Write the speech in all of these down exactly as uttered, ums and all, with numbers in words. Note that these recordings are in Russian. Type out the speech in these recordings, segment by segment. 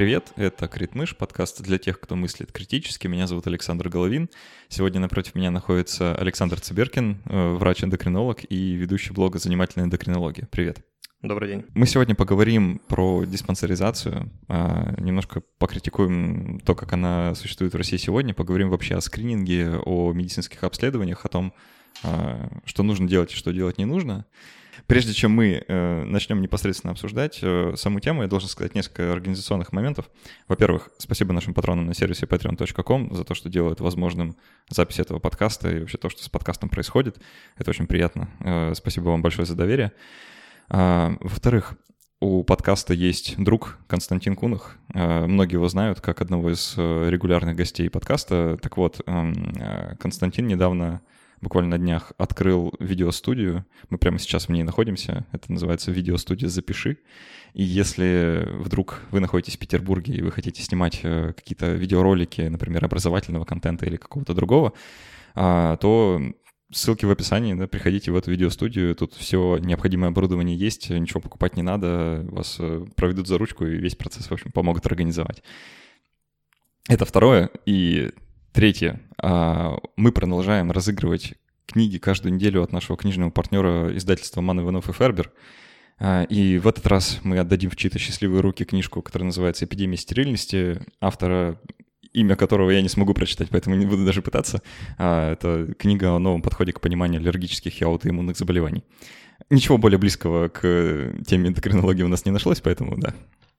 привет, это Критмыш, подкаст для тех, кто мыслит критически. Меня зовут Александр Головин. Сегодня напротив меня находится Александр Циберкин, врач-эндокринолог и ведущий блога «Занимательная эндокринология». Привет. Добрый день. Мы сегодня поговорим про диспансеризацию, немножко покритикуем то, как она существует в России сегодня, поговорим вообще о скрининге, о медицинских обследованиях, о том, что нужно делать и что делать не нужно. Прежде чем мы э, начнем непосредственно обсуждать э, саму тему, я должен сказать несколько организационных моментов. Во-первых, спасибо нашим патронам на сервисе патреон точка ком за то, что делают возможным запись этого подкаста и вообще то, что с подкастом происходит. Это очень приятно. Э, спасибо вам большое за доверие. А, во-вторых, у подкаста есть друг Константин Кунах. Э, многие его знают как одного из регулярных гостей подкаста. Так вот, э, Константин недавно... буквально на днях открыл видеостудию. Мы прямо сейчас в ней находимся. Это называется видеостудия «Запиши». И если вдруг вы находитесь в Петербурге и вы хотите снимать какие-то видеоролики, например, образовательного контента или какого-то другого, то ссылки в описании, да, приходите в эту видеостудию. Тут все необходимое оборудование есть, ничего покупать не надо. Вас проведут за ручку и весь процесс, в общем, помогут организовать. Это второе. И третье. Мы продолжаем разыгрывать книги каждую неделю от нашего книжного партнера издательства «Ман, Иванов и Фербер». И в этот раз мы отдадим в чьи-то счастливые руки книжку, которая называется «Эпидемия стерильности», автора, имя которого я не смогу прочитать, поэтому не буду даже пытаться. Это книга о новом подходе к пониманию аллергических и аутоиммунных заболеваний. Ничего более близкого к теме эндокринологии у нас не нашлось, поэтому да.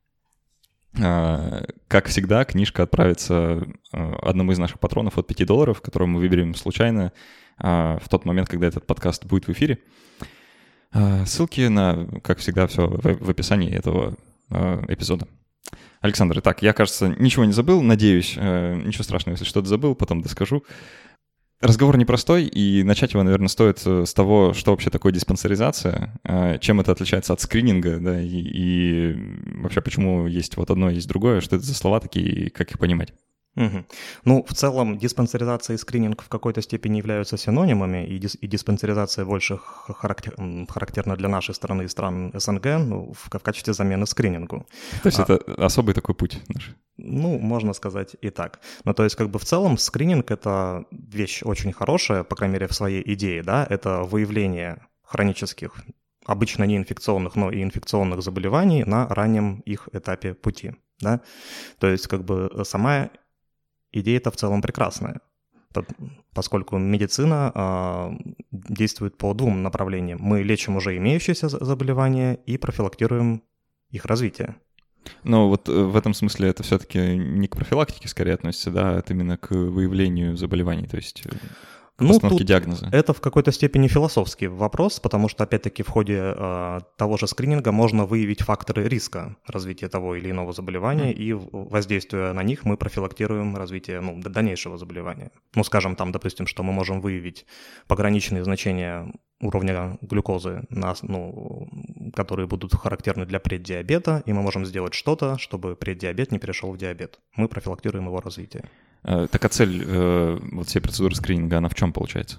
Как всегда, книжка отправится одному из наших патронов от пяти долларов, которого мы выберем случайно в тот момент, когда этот подкаст будет в эфире. Ссылки на, как всегда, все в описании этого эпизода. Александр, итак, я, кажется, ничего не забыл, надеюсь, ничего страшного, если что-то забыл, потом доскажу. Разговор непростой, и начать его, наверное, стоит с того, что вообще такое диспансеризация, чем это отличается от скрининга, да, и, и вообще почему есть вот одно, есть другое, что это за слова такие, и как их понимать. Угу. Ну, в целом, диспансеризация и скрининг в какой-то степени являются синонимами, и, дис- и диспансеризация больше характер- характерна для нашей страны и стран СНГ, ну, в, в качестве замены скринингу. То есть а, это особый такой путь наш? Ну, можно сказать и так. Ну, то есть, как бы в целом, скрининг — это вещь очень хорошая, по крайней мере, в своей идее, да, это выявление хронических, обычно не инфекционных, но и инфекционных заболеваний на раннем их этапе пути, да. То есть, как бы сама идея-то в целом прекрасная, поскольку медицина э, действует по двум направлениям. Мы лечим уже имеющиеся заболевания и профилактируем их развитие. Но вот в этом смысле это все-таки не к профилактике скорее относится, да, это именно к выявлению заболеваний, то есть к постановке ну, диагноза. Это в какой-то степени философский вопрос, потому что, опять-таки, в ходе э, того же скрининга можно выявить факторы риска развития того или иного заболевания, mm. и, воздействуя на них, мы профилактируем развитие ну, дальнейшего заболевания. Ну, скажем, там, допустим, что мы можем выявить пограничные значения уровня глюкозы, на, ну, которые будут характерны для преддиабета, и мы можем сделать что-то, чтобы преддиабет не перешел в диабет. Мы профилактируем его развитие. Так а цель э, вот всей процедуры скрининга, она в чем получается?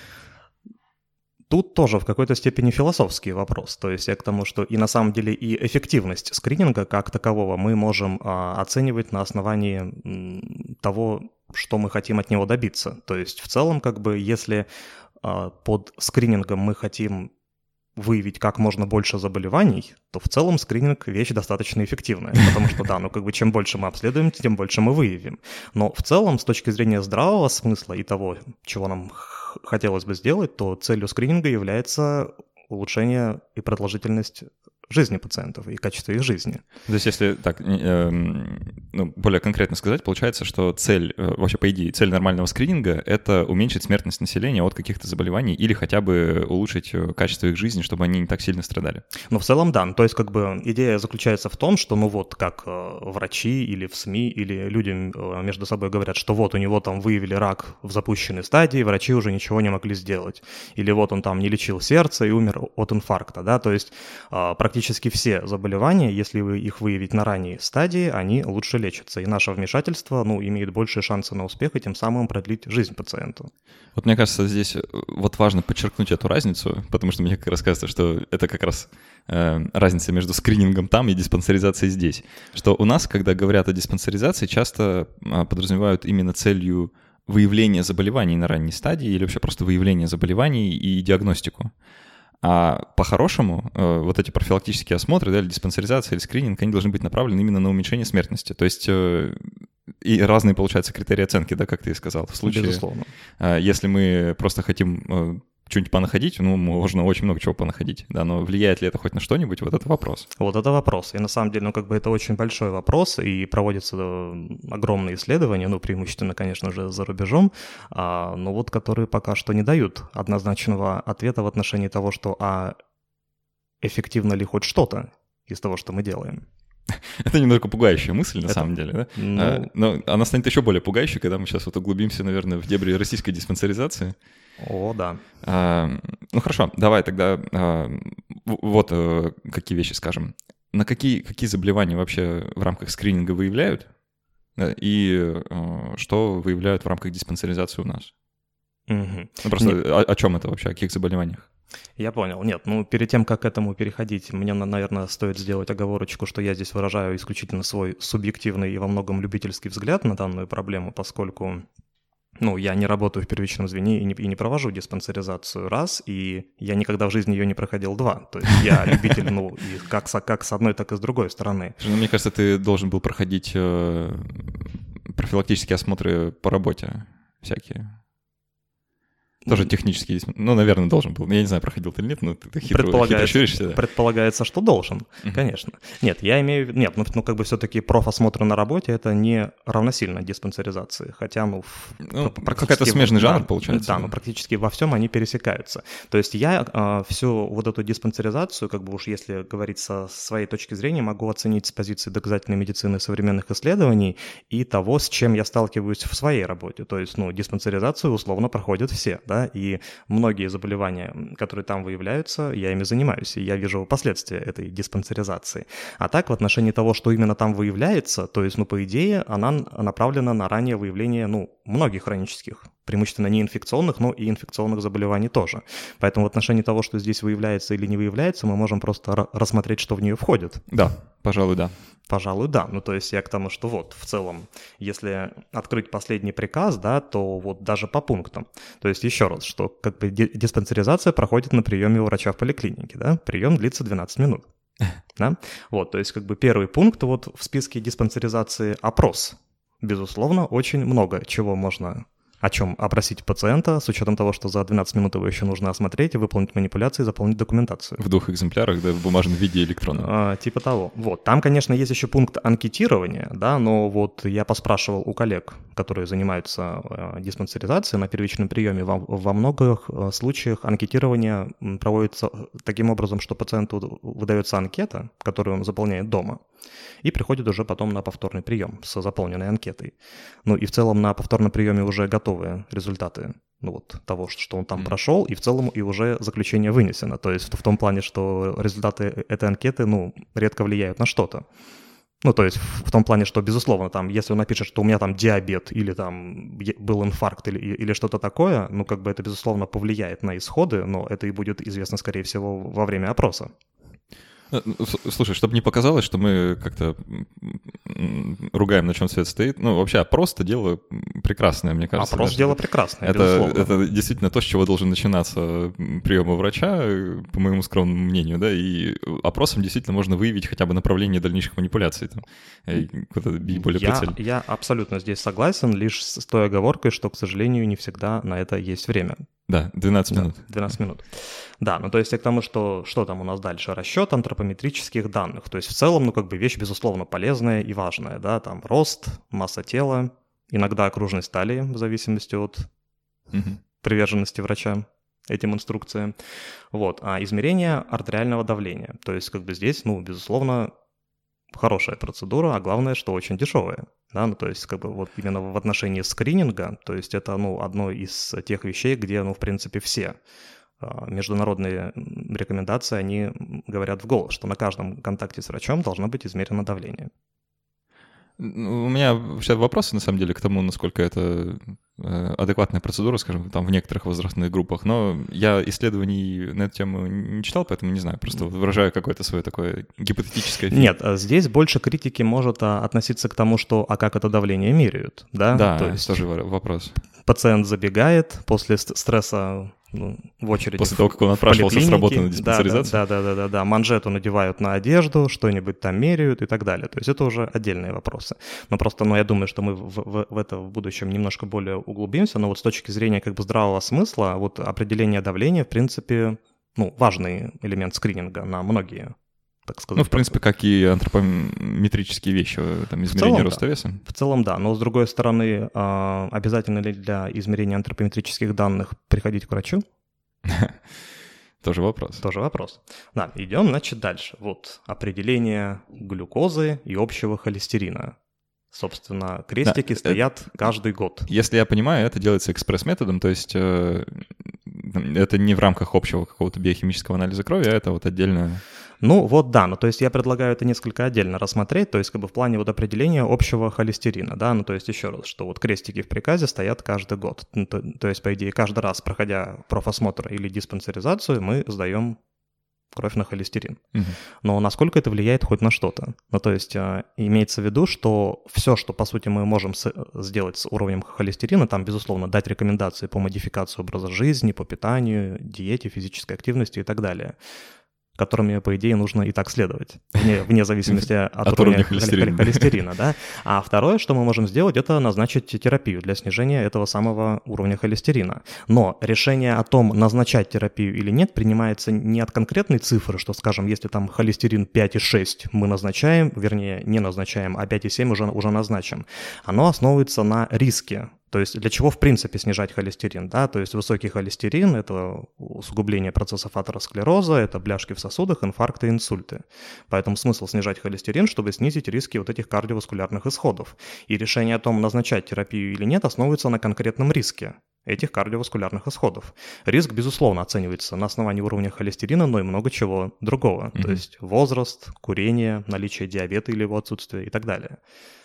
Тут тоже в какой-то степени философский вопрос. То есть я к тому, что и на самом деле и эффективность скрининга как такового мы можем а, оценивать на основании м, того, что мы хотим от него добиться. То есть в целом, как бы, если а, под скринингом мы хотим выявить как можно больше заболеваний, то в целом скрининг — вещь достаточно эффективная, потому что, да, ну как бы чем больше мы обследуем, тем больше мы выявим. Но в целом, с точки зрения здравого смысла и того, чего нам х- хотелось бы сделать, то целью скрининга является улучшение и продолжительность жизни пациентов и качество их жизни. То есть если так э, ну, более конкретно сказать, получается, что цель, э, вообще по идее, цель нормального скрининга — это уменьшить смертность населения от каких-то заболеваний или хотя бы улучшить качество их жизни, чтобы они не так сильно страдали. Ну, в целом, да. То есть, как бы, идея заключается в том, что, ну вот, как э, врачи или в СМИ, или люди э, между собой говорят, что вот у него там выявили рак в запущенной стадии, врачи уже ничего не могли сделать. Или вот он там не лечил сердце и умер от инфаркта, да, то есть э, практически практически все заболевания, если вы их выявить на ранней стадии, они лучше лечатся. И наше вмешательство, ну, имеет большие шансы на успех и тем самым продлить жизнь пациенту. Вот мне кажется, здесь вот важно подчеркнуть эту разницу, потому что мне как раз кажется, что это как раз э, разница между скринингом там и диспансеризацией здесь. Что у нас, когда говорят о диспансеризации, часто э, подразумевают именно целью выявления заболеваний на ранней стадии или вообще просто выявление заболеваний и диагностику. А по-хорошему э, вот эти профилактические осмотры, да, или диспансеризация, или скрининг, они должны быть направлены именно на уменьшение смертности. То есть э, и разные, получаются, критерии оценки, да, как ты и сказал. В случае, Безусловно. Э, если мы просто хотим э, что-нибудь понаходить, ну, можно очень много чего понаходить, да, но влияет ли это хоть на что-нибудь, вот это вопрос. Вот это вопрос. И на самом деле, ну, как бы это очень большой вопрос, и проводятся огромные исследования, ну, преимущественно, конечно же, за рубежом, а, но вот которые пока что не дают однозначного ответа в отношении того, что а эффективно ли хоть что-то из того, что мы делаем. Это немного пугающая мысль, на это, самом деле, да? Ну... А, но она станет еще более пугающей, когда мы сейчас вот углубимся, наверное, в дебри российской диспансеризации. О, да. А, ну хорошо, давай тогда а, вот а, какие вещи скажем. На какие, какие заболевания вообще в рамках скрининга выявляют, и а, что выявляют в рамках диспансеризации у нас? Угу. Ну просто о, о чем это вообще, о каких заболеваниях? Я понял. Нет, ну перед тем, как к этому переходить, мне, наверное, стоит сделать оговорочку, что я здесь выражаю исключительно свой субъективный и во многом любительский взгляд на данную проблему, поскольку... Ну, я не работаю в первичном звене и не, и не провожу диспансеризацию, раз, и я никогда в жизни ее не проходил, два. То есть я любитель, ну, и как, как с одной, так и с другой стороны. Ну, мне кажется, ты должен был проходить э, профилактические осмотры по работе всякие. Тоже технический, ну, наверное, должен был. Я не знаю, проходил ты или нет, но ты хитро, предполагается, хитро щуришься. Да? Предполагается, что должен, uh-huh. конечно. Нет, я имею в виду... Нет, ну, ну, как бы все-таки профосмотры на работе — это не равносильно диспансеризации, хотя, ну... ну какой-то смежный жанр, да, получается. Да, но практически во всем они пересекаются. То есть я э, всю вот эту диспансеризацию, как бы уж если говорить со своей точки зрения, могу оценить с позиции доказательной медицины современных исследований и того, с чем я сталкиваюсь в своей работе. То есть, ну, диспансеризацию условно проходят все, да, и многие заболевания, которые там выявляются, я ими занимаюсь, и я вижу последствия этой диспансеризации. А так, в отношении того, что именно там выявляется, то есть, ну, по идее, она направлена на раннее выявление, ну, многих хронических, преимущественно неинфекционных, но и инфекционных заболеваний тоже. Поэтому в отношении того, что здесь выявляется или не выявляется, мы можем просто рассмотреть, что в нее входит. Да, пожалуй, да. Пожалуй, да. Ну, то есть я к тому, что вот, в целом, если открыть последний приказ, да, то вот даже по пунктам. То есть еще раз, что как бы диспансеризация проходит на приеме у врача в поликлинике, да, прием длится двенадцать минут. Да? Вот, то есть как бы первый пункт вот в списке диспансеризации — опрос. Безусловно, очень много чего можно... о чем опросить пациента, с учетом того, что за двенадцать минут его еще нужно осмотреть, выполнить манипуляции, заполнить документацию. В двух экземплярах, да, в бумажном виде и электронном. А, типа того. Вот. Там, конечно, есть еще пункт анкетирования, да, но вот я поспрашивал у коллег, которые занимаются э, диспансеризацией на первичном приеме, во, во многих э, случаях анкетирование проводится таким образом, что пациенту выдается анкета, которую он заполняет дома, и приходит уже потом на повторный прием с заполненной анкетой. Ну и в целом на повторном приеме уже готовые результаты, ну вот того, что он там mm-hmm. прошел, и в целом и уже заключение вынесено. То есть в, в том плане, что результаты этой анкеты, ну, редко влияют на что-то. Ну, то есть в, в том плане, что, безусловно, там, если он напишет, что у меня там диабет или там был инфаркт или, или что-то такое, ну, как бы это, безусловно, повлияет на исходы, но это и будет известно, скорее всего, во время опроса. Слушай, чтобы не показалось, что мы как-то ругаем, на чем свет стоит. Ну, вообще, опрос — это дело прекрасное, мне кажется. Опрос — дело прекрасное, это, безусловно. Это действительно то, с чего должен начинаться прием у врача, по моему скромному мнению, да, и опросом действительно можно выявить хотя бы направление дальнейших манипуляций, там, куда-то бить более я, прицельно. Я абсолютно здесь согласен, лишь с той оговоркой, что, к сожалению, не всегда на это есть время. Да, двенадцать минут. Да, двенадцать минут. Да, ну то есть я к тому, что что там у нас дальше? Расчет антропометрических данных. То есть в целом, ну как бы вещь, безусловно, полезная и важная, да, там рост, масса тела, иногда окружность талии, в зависимости от угу. приверженности врача этим инструкциям. Вот, а измерение артериального давления. То есть как бы здесь, ну, безусловно, хорошая процедура, а главное, что очень дешевая. Да, ну, то есть, как бы, вот именно в отношении скрининга, то есть это, ну, одно из тех вещей, где, ну, в принципе, все международные рекомендации, они говорят в голос, что на каждом контакте с врачом должно быть измерено давление. У меня вообще вопросы, на самом деле, к тому, насколько это адекватная процедура, скажем, там в некоторых возрастных группах, но я исследований на эту тему не читал, поэтому не знаю, просто выражаю какое-то свое такое гипотетическое... Нет, здесь больше критики может относиться к тому, что а как это давление меряют, да? Да, то есть тоже вопрос. Пациент забегает после стресса, ну, в очереди. После того, как он отпрашивался с работы на диспансеризацию? Да, да, да, да, да, да. Манжету надевают на одежду, что-нибудь там меряют и так далее. То есть это уже отдельные вопросы. Но просто, ну, я думаю, что мы в, в, в это в будущем немножко более углубимся, но вот с точки зрения как бы здравого смысла, вот определение давления, в принципе, ну, важный элемент скрининга на многие, так сказать. Ну, в принципе, как и антропометрические вещи, там, измерение роста да. веса. В целом, да. Но, с другой стороны, обязательно ли для измерения антропометрических данных приходить к врачу? Тоже вопрос. Тоже вопрос. Да, идем, значит, дальше. Вот определение глюкозы и общего холестерина. Собственно, крестики да, стоят это, каждый год. Если я понимаю, это делается экспресс-методом, то есть э, это не в рамках общего какого-то биохимического анализа крови, а это вот отдельно... Ну вот да, ну то есть я предлагаю это несколько отдельно рассмотреть, то есть как бы в плане вот определения общего холестерина, да, ну то есть еще раз, что вот крестики в приказе стоят каждый год, ну, то, то есть по идее каждый раз, проходя профосмотр или диспансеризацию, мы сдаем кровь на холестерин. Угу. Но насколько это влияет хоть на что-то? Ну, то есть э, имеется в виду, что все, что, по сути, мы можем с, сделать с уровнем холестерина, там, безусловно, дать рекомендации по модификации образа жизни, по питанию, диете, физической активности и так далее, которыми, по идее, нужно и так следовать, вне, вне зависимости от, от уровня холестерина. холестерина, да. А второе, что мы можем сделать, это назначить терапию для снижения этого самого уровня холестерина. Но решение о том, назначать терапию или нет, принимается не от конкретной цифры, что, скажем, если там холестерин пять и шесть мы назначаем, вернее, не назначаем, а пять и семь уже, уже назначим. Оно основывается на риске. То есть для чего, в принципе, снижать холестерин, да, то есть высокий холестерин – это усугубление процессов атеросклероза, это бляшки в сосудах, инфаркты, инсульты. Поэтому смысл снижать холестерин, чтобы снизить риски вот этих кардиоваскулярных исходов. И решение о том, назначать терапию или нет, основывается на конкретном риске этих кардиоваскулярных исходов. Риск, безусловно, оценивается на основании уровня холестерина, но и много чего другого. Mm-hmm. То есть возраст, курение, наличие диабета или его отсутствие и так далее.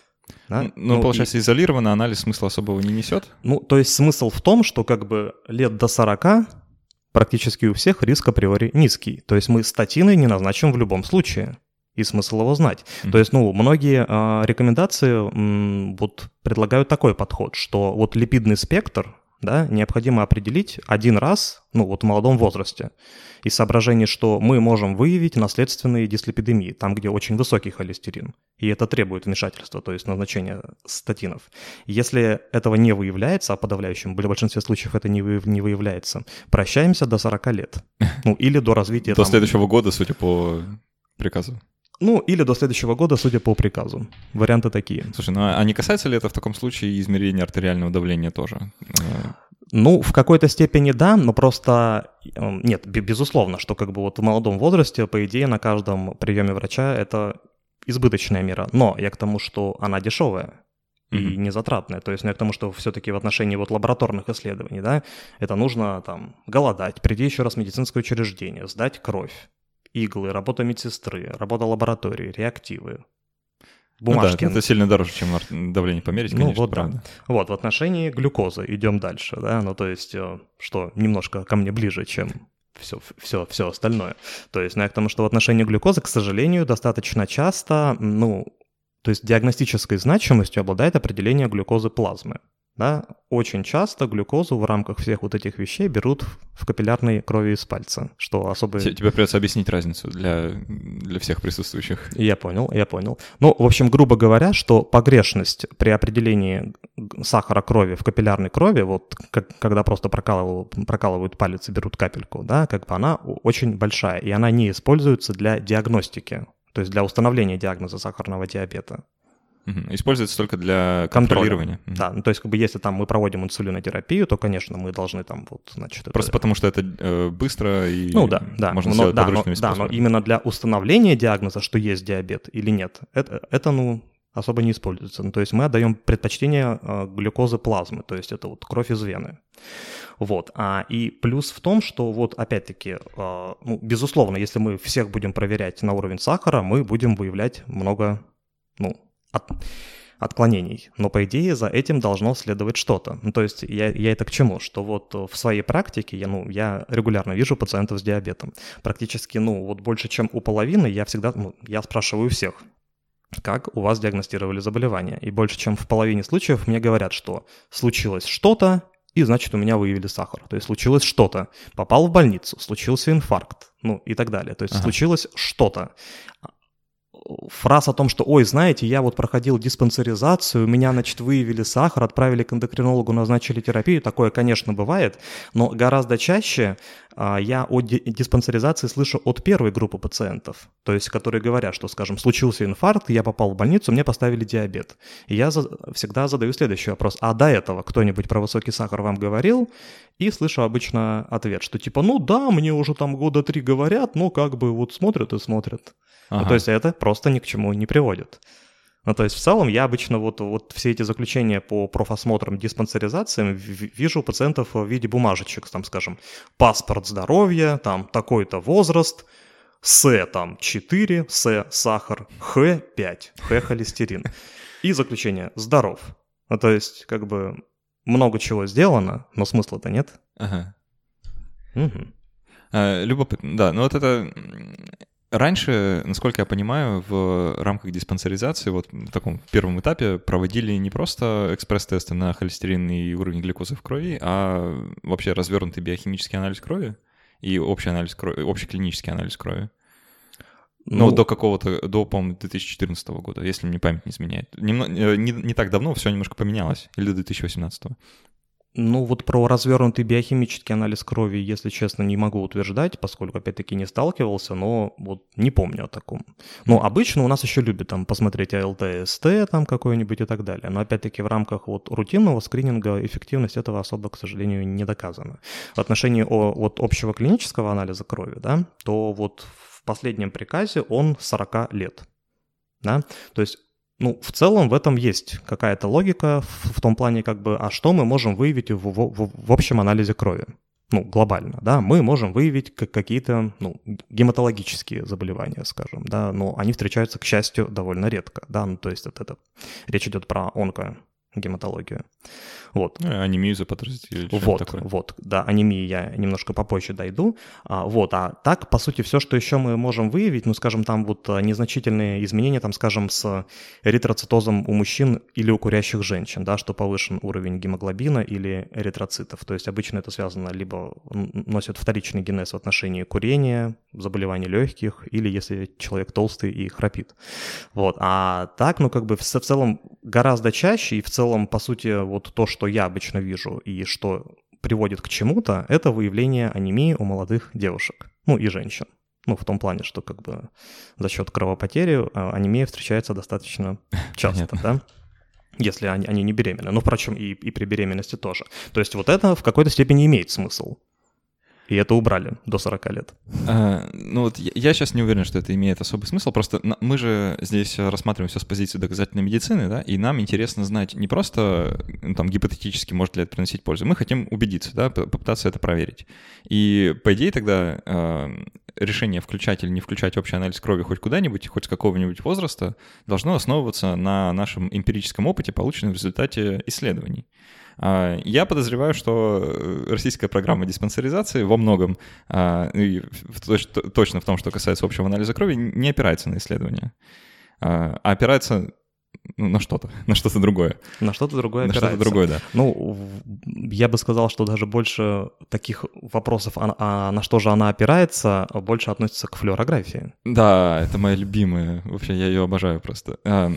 Да? Ну, ну, получается, и... изолированно анализ смысла особого не несет? Ну, то есть смысл в том, что как бы лет до сорока практически у всех риск априори низкий. То есть мы статины не назначим в любом случае. И смысл его знать. Mm-hmm. То есть, ну, многие э, рекомендации м, вот предлагают такой подход, что вот липидный спектр, да, необходимо определить один раз, ну, вот в молодом возрасте, из соображений, что мы можем выявить наследственные дислипидемии, там, где очень высокий холестерин, и это требует вмешательства, то есть назначения статинов. Если этого не выявляется, а в подавляющем в большинстве случаев это не, вы, не выявляется, прощаемся до сорока лет, ну, или до развития... До следующего года, судя по приказу. Ну, или до следующего года, судя по приказу. Варианты такие. Слушай, ну а не касается ли это в таком случае измерения артериального давления тоже? Ну, в какой-то степени да, но просто... Нет, безусловно, что как бы вот в молодом возрасте, по идее, на каждом приеме врача это избыточная мера. Но я к тому, что она дешевая и mm-hmm. незатратная. То есть я к тому, что все-таки в отношении вот лабораторных исследований, да, это нужно там голодать, прийти еще раз в медицинское учреждение, сдать кровь. Иглы, работа медсестры, работа лаборатории, реактивы, бумажки. Ну да, это сильно дороже, чем давление померить, конечно, ну, вот, правда. Да. Вот, в отношении глюкозы идем дальше, да, ну то есть, что немножко ко мне ближе, чем все, все, все остальное. То есть, ну, я к тому, что в отношении глюкозы, к сожалению, достаточно часто, ну, то есть диагностической значимостью обладает определение глюкозы плазмы. Да, очень часто глюкозу в рамках всех вот этих вещей берут в капиллярной крови из пальца, что особо... Тебе придется объяснить разницу для, для всех присутствующих. Я понял, я понял. Ну, в общем, грубо говоря, что погрешность при определении сахара крови в капиллярной крови, вот как, когда просто прокалывают, прокалывают палец и берут капельку, да, как бы она очень большая, и она не используется для диагностики, то есть для установления диагноза сахарного диабета. Используется только для контролирования. Контроля. Да, ну то есть как бы если там мы проводим инсулинотерапию, то, конечно, мы должны там вот, значит... Просто это... потому что это э, быстро и ну, да, да. можно но, сделать да, подручными но, способами. Да, но именно для установления диагноза, что есть диабет или нет, это, это ну, особо не используется. Ну, то есть мы отдаем предпочтение э, глюкозы плазмы, то есть это вот кровь из вены. Вот. А, и плюс в том, что вот опять-таки, э, ну, безусловно, если мы всех будем проверять на уровень сахара, мы будем выявлять много, ну, от, отклонений. Но, по идее, за этим должно следовать что-то. Ну, то есть я, я это к чему? Что вот в своей практике я, ну, я регулярно вижу пациентов с диабетом. Практически, ну, вот больше, чем у половины, я всегда, ну, я спрашиваю всех, как у вас диагностировали заболевание. И больше, чем в половине случаев мне говорят, что случилось что-то, и, значит, у меня выявили сахар. То есть случилось что-то. Попал в больницу, случился инфаркт, ну, и так далее. То есть ага. случилось что-то. Фраз о том, что, ой, знаете, я вот проходил диспансеризацию, меня, значит, выявили сахар, отправили к эндокринологу, назначили терапию, такое, конечно, бывает, но гораздо чаще а, я о ди- диспансеризации слышу от первой группы пациентов, то есть которые говорят, что, скажем, случился инфаркт, я попал в больницу, мне поставили диабет. И я за- всегда задаю следующий вопрос, а до этого кто-нибудь про высокий сахар вам говорил? И слышу обычно ответ, что типа, ну да, мне уже там года три говорят, но как бы вот смотрят и смотрят. Ага. Ну, то есть это просто ни к чему не приводит. Ну, то есть в целом я обычно вот, вот все эти заключения по профосмотрам, диспансеризациям вижу у пациентов в виде бумажечек, там, скажем, паспорт здоровья, там, такой-то возраст, С там четыре, С сахар, Х пять, Х холестерин. И заключение здоров. Ну, то есть как бы много чего сделано, но смысла-то нет. Ага. Угу. А, любопытно, да, ну вот это... Раньше, насколько я понимаю, в рамках диспансеризации, вот в таком первом этапе проводили не просто экспресс-тесты на холестерин и уровень глюкозы в крови, а вообще развернутый биохимический анализ крови и общий анализ крови, общий клинический анализ крови. Ну, ну до какого-то, до, по-моему, две тысячи четырнадцатого года, если мне память не изменяет. Немно, не, не так давно все немножко поменялось, или до две тысячи восемнадцатого. Ну, вот про развернутый биохимический анализ крови, если честно, не могу утверждать, поскольку, опять-таки, не сталкивался, но вот не помню о таком. Ну, обычно у нас еще любят там посмотреть АЛТ-СТ там какой-нибудь и так далее, но, опять-таки, в рамках вот рутинного скрининга эффективность этого особо, к сожалению, не доказана. В отношении о, вот общего клинического анализа крови, да, то вот в последнем приказе он сорок лет, да, то есть ну, в целом в этом есть какая-то логика в, в том плане, как бы, а что мы можем выявить в, в, в общем анализе крови? Ну, глобально, да, мы можем выявить какие-то, ну, гематологические заболевания, скажем, да, но они встречаются, к счастью, довольно редко, да, ну, то есть это, это речь идет про онкогематологию. Вот. Ну, анемию запатрозитили. Вот, такое. Вот, да, анемии я немножко попозже дойду. А, вот, а так, по сути, все, что еще мы можем выявить, ну, скажем, там вот незначительные изменения, там, скажем, с эритроцитозом у мужчин или у курящих женщин, да, что повышен уровень гемоглобина или эритроцитов. То есть обычно это связано либо носит вторичный генез в отношении курения, заболеваний легких, или если человек толстый и храпит. Вот, а так, ну, как бы в, в целом гораздо чаще, и в целом, по сути, вот то, что что я обычно вижу и что приводит к чему-то, это выявление анемии у молодых девушек, ну и женщин. Ну, в том плане, что как бы за счет кровопотери анемия встречается достаточно часто, да, если они, они не беременны. Ну, впрочем, и, и при беременности тоже. То есть вот это в какой-то степени имеет смысл. И это убрали до сорока лет. А, ну вот я, я сейчас не уверен, что это имеет особый смысл. Просто мы же здесь рассматриваем все с позиции доказательной медицины, да, и нам интересно знать не просто, ну, там, гипотетически, может ли это приносить пользу. Мы хотим убедиться, да, попытаться это проверить. И, по идее, тогда э, решение включать или не включать общий анализ крови хоть куда-нибудь, хоть с какого-нибудь возраста, должно основываться на нашем эмпирическом опыте, полученном в результате исследований. Я подозреваю, что российская программа диспансеризации во многом, и точно в том, что касается общего анализа крови, не опирается на исследования, а опирается ну, на что-то, на что-то другое. На что-то другое на опирается. что-то другое, да. Ну, я бы сказал, что даже больше таких вопросов, а, а на что же она опирается, больше относится к флюорографии. Да, это моя любимая, вообще я ее обожаю просто.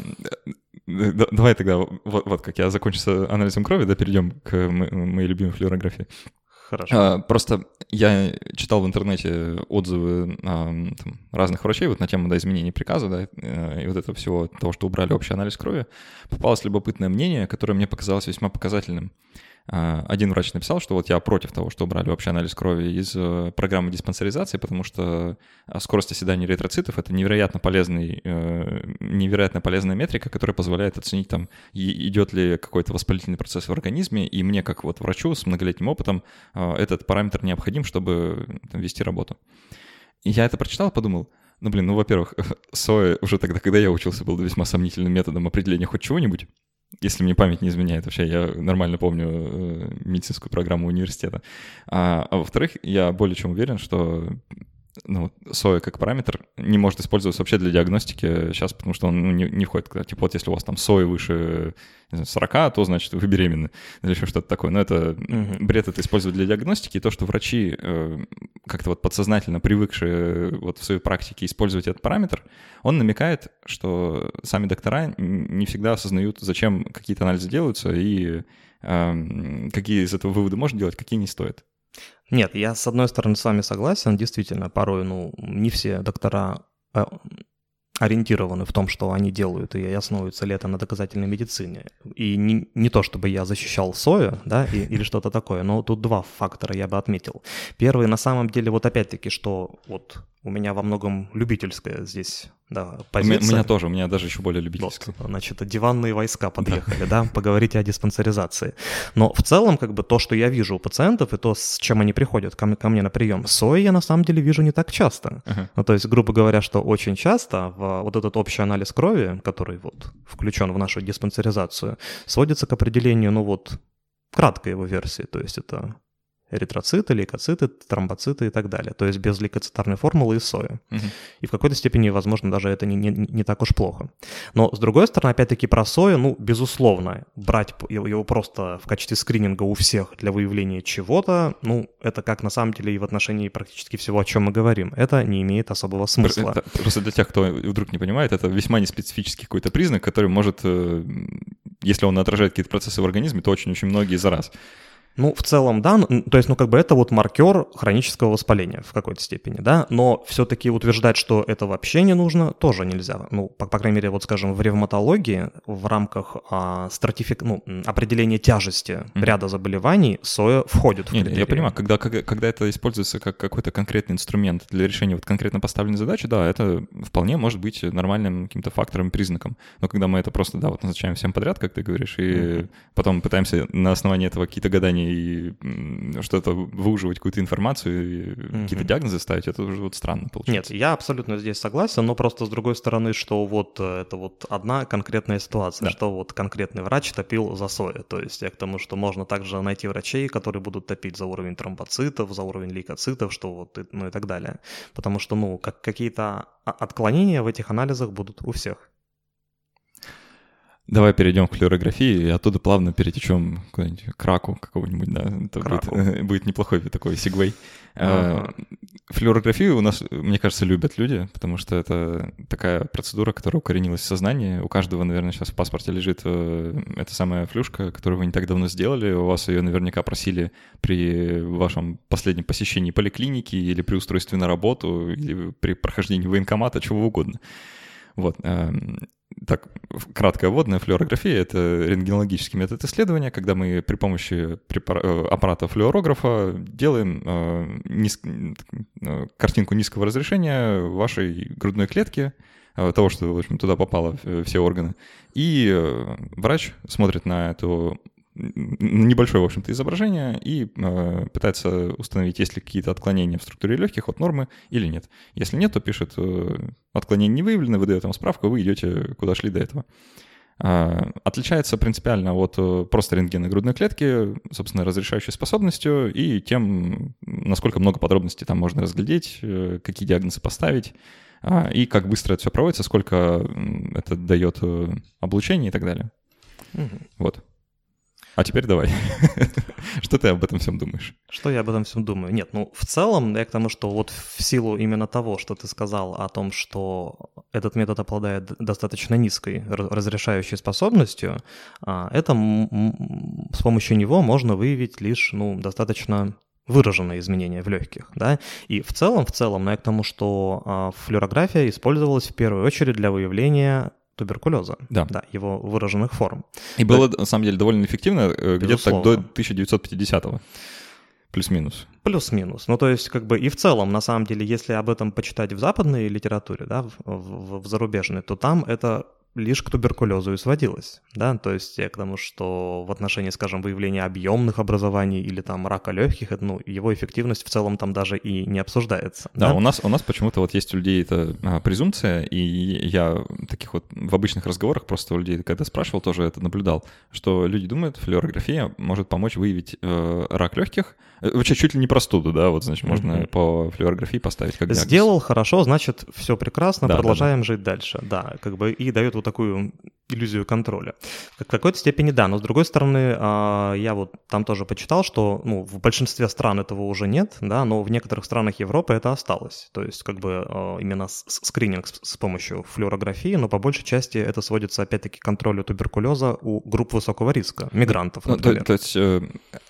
Давай тогда, вот, вот как я закончу с анализом крови, да, перейдем к моей любимой флюорографии. Хорошо. А, просто я читал в интернете отзывы а, там, разных врачей вот на тему, да, изменения приказа, да, и вот этого всего, того, что убрали общий анализ крови. Попалось любопытное мнение, которое мне показалось весьма показательным. один врач написал, что вот я против того, что убрали вообще анализ крови из программы диспансеризации, потому что скорость оседания эритроцитов — это невероятно полезный, невероятно полезная метрика, которая позволяет оценить, там, идет ли какой-то воспалительный процесс в организме, и мне, как вот врачу с многолетним опытом, этот параметр необходим, чтобы там, вести работу. И я это прочитал и подумал, ну, блин, ну, во-первых, соя уже тогда, когда я учился, был весьма сомнительным методом определения хоть чего-нибудь. Если мне память не изменяет, вообще я нормально помню э, медицинскую программу университета. А, а во-вторых, я более чем уверен, что ну, соя как параметр не может использоваться вообще для диагностики сейчас, потому что он ну, не, не входит. Типа вот если у вас там соя выше сорока, то значит вы беременны или еще что-то такое. Но это mm-hmm. бред это использовать для диагностики. И то, что врачи э, как-то вот подсознательно привыкшие вот в своей практике использовать этот параметр, он намекает, что сами доктора не всегда осознают, зачем какие-то анализы делаются и э, какие из этого выводы можно делать, какие не стоит. Нет, я с одной стороны с вами согласен, действительно, порой, ну, не все доктора ориентированы в том, что они делают, и основываются ли это на доказательной медицине. И не, не то, чтобы я защищал сою, да, и, или что-то такое, но тут два фактора я бы отметил. Первый, на самом деле, вот опять-таки, что вот у меня во многом любительская здесь, да, позиция. У меня тоже, у меня даже еще более любительская. Вот, значит, диванные войска подъехали, да, поговорить о диспансеризации. Но в целом, как бы, то, что я вижу у пациентов, и то, с чем они приходят ко мне, ко мне на прием, сои я на самом деле вижу не так часто. Uh-huh. Ну, то есть, грубо говоря, что очень часто в вот этот общий анализ крови, который вот включен в нашу диспансеризацию, сводится к определению, ну вот, краткой его версии, то есть это эритроциты, лейкоциты, тромбоциты и так далее. То есть без лейкоцитарной формулы и соя. Угу. И в какой-то степени, возможно, даже это не, не, не так уж плохо. Но, с другой стороны, опять-таки про сою, ну, безусловно, брать его просто в качестве скрининга у всех для выявления чего-то, ну, это как на самом деле и в отношении практически всего, о чем мы говорим. Это не имеет особого смысла. Это, просто для тех, кто вдруг не понимает, это весьма неспецифический какой-то признак, который может, если он отражает какие-то процессы в организме, то очень-очень многие за раз. Ну, в целом, да, то есть, ну, как бы это вот маркер хронического воспаления в какой-то степени, да, но все-таки утверждать, что это вообще не нужно, тоже нельзя. Ну, по, по крайней мере, вот, скажем, в ревматологии в рамках а, стратифик... ну, определения тяжести mm-hmm. ряда заболеваний соя входит в критерии. Я понимаю, когда, когда это используется как какой-то конкретный инструмент для решения вот конкретно поставленной задачи, да, это вполне может быть нормальным каким-то фактором, признаком. Но когда мы это просто, да, вот назначаем всем подряд, как ты говоришь, и mm-hmm. потом пытаемся на основании этого какие-то гадания и что-то выуживать, какую-то информацию, и mm-hmm. какие-то диагнозы ставить, это уже вот странно получается. Нет, я абсолютно здесь согласен, но просто с другой стороны, что вот это вот одна конкретная ситуация, да. что вот конкретный врач топил за сою. То есть я к тому, что можно также найти врачей, которые будут топить за уровень тромбоцитов, за уровень лейкоцитов, что вот, ну и так далее. Потому что, ну, как, какие-то отклонения в этих анализах будут у всех. Давай перейдем к флюорографии и оттуда плавно перетечем куда-нибудь к раку какого-нибудь, да. Это будет, будет неплохой такой сегвей. Uh-huh. Флюорографию у нас, мне кажется, любят люди, потому что это такая процедура, которая укоренилась в сознании. У каждого, наверное, сейчас в паспорте лежит эта самая флюшка, которую вы не так давно сделали. У вас ее наверняка просили при вашем последнем посещении поликлиники или при устройстве на работу, или при прохождении военкомата, чего угодно. Вот. Так, краткая вводная флюорография — это рентгенологический метод исследования, когда мы при помощи препар... аппарата флюорографа делаем э, низ... э, картинку низкого разрешения вашей грудной клетки, э, того, что, в общем, туда попало все органы, и э, врач смотрит на эту небольшое, в общем-то, изображение и э, пытается установить, есть ли какие-то отклонения в структуре легких от нормы или нет. Если нет, то пишет э, отклонение не выявлено, выдает вам справку, вы идете куда шли до этого. Э, отличается принципиально от э, просто рентгена грудной клетки, собственно, разрешающей способностью и тем, насколько много подробностей там можно разглядеть, э, какие диагнозы поставить, э, и как быстро это все проводится, сколько это дает э, облучение и так далее. Угу. Вот. А теперь давай. Что ты об этом всем думаешь? Что я об этом всем думаю? Нет, ну, в целом, я к тому, что вот в силу именно того, что ты сказал о том, что этот метод обладает достаточно низкой разрешающей способностью, это с помощью него можно выявить лишь, ну, достаточно выраженные изменения в легких, да, и в целом, в целом, но я к тому, что флюорография использовалась в первую очередь для выявления туберкулеза, да. Да, его выраженных форм. И было, на самом деле, довольно эффективно где-то так до тысяча девятьсот пятидесятого. Плюс-минус. Плюс-минус. Ну, то есть, как бы и в целом, на самом деле, если об этом почитать в западной литературе, да, в, в, в зарубежной, то там это лишь к туберкулезу и сводилось, да, то есть к тому, что в отношении, скажем, выявления объемных образований или там рака легких, ну, его эффективность в целом там даже и не обсуждается. Да, да? у нас, у нас почему-то вот есть у людей эта а, презумпция, и я таких вот в обычных разговорах просто у людей, когда спрашивал, тоже это наблюдал, что люди думают, флюорография может помочь выявить э, рак легких, вообще чуть ли не простуду, да, вот, значит, можно mm-hmm. по флюорографии поставить как диагноз. Сделал, хорошо, значит, все прекрасно, да, продолжаем да, да. жить дальше, да, как бы и дает вот такую иллюзию контроля. В какой-то степени да, но с другой стороны, я вот там тоже почитал, что ну, в большинстве стран этого уже нет, да, но в некоторых странах Европы это осталось. То есть как бы именно скрининг с помощью флюорографии, но по большей части это сводится опять-таки к контролю туберкулеза у групп высокого риска, мигрантов, например. Ну, то, то есть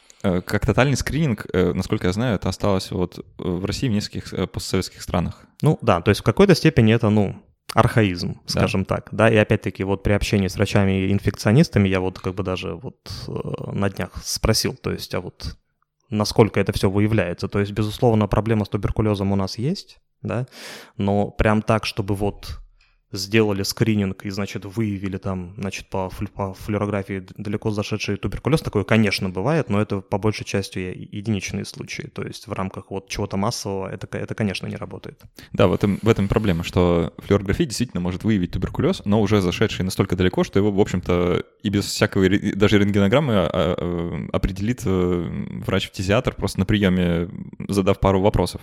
как тотальный скрининг, насколько я знаю, это осталось вот в России, в нескольких постсоветских странах. Ну да, то есть в какой-то степени это, ну, архаизм, скажем да. так, да, и опять-таки вот при общении с врачами и инфекционистами я вот как бы даже вот э, на днях спросил, то есть, а вот насколько это все выявляется, то есть, безусловно, проблема с туберкулезом у нас есть, да, но прям так, чтобы вот сделали скрининг и, значит, выявили там, значит, по, флю, по флюорографии далеко зашедший туберкулез, такое, конечно, бывает, но это по большей части единичные случаи, то есть в рамках вот чего-то массового это, это конечно, не работает. Да, в этом, в этом проблема, что флюорография действительно может выявить туберкулез, но уже зашедший настолько далеко, что его, в общем-то, и без всякой даже рентгенограммы определит врач-фтизиатр просто на приеме, задав пару вопросов.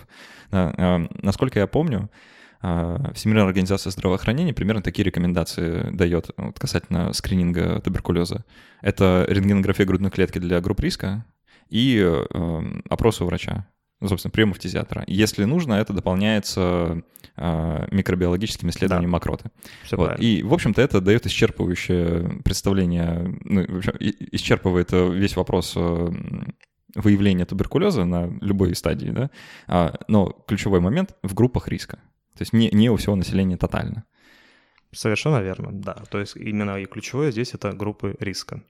Насколько я помню, Всемирная организация здравоохранения примерно такие рекомендации дает вот, касательно скрининга туберкулеза. Это рентгенография грудной клетки для групп риска и э, опрос у врача, ну, собственно, прием у фтизиатра. Если нужно, это дополняется э, микробиологическими исследованиями да. мокроты. Вот. И, в общем-то, это дает исчерпывающее представление, ну, исчерпывает весь вопрос э, выявления туберкулеза на любой стадии, да? а, но ключевой момент в группах риска. То есть не, не у всего населения тотально. Совершенно верно, да. То есть именно и ключевое здесь это группы риска.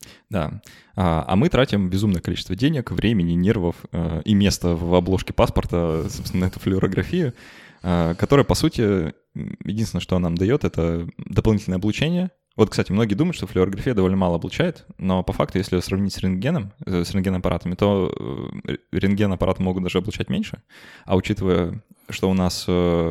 Да. А, а мы тратим безумное количество денег, времени, нервов э, и места в обложке паспорта, собственно, на эту флюорографию, э, которая, по сути, единственное, что нам дает, это дополнительное облучение. Вот, кстати, многие думают, что флюорография довольно мало облучает, но по факту, если сравнить с рентгеном, с рентгенаппаратами, то рентгенаппараты могут даже облучать меньше. А учитывая, что у нас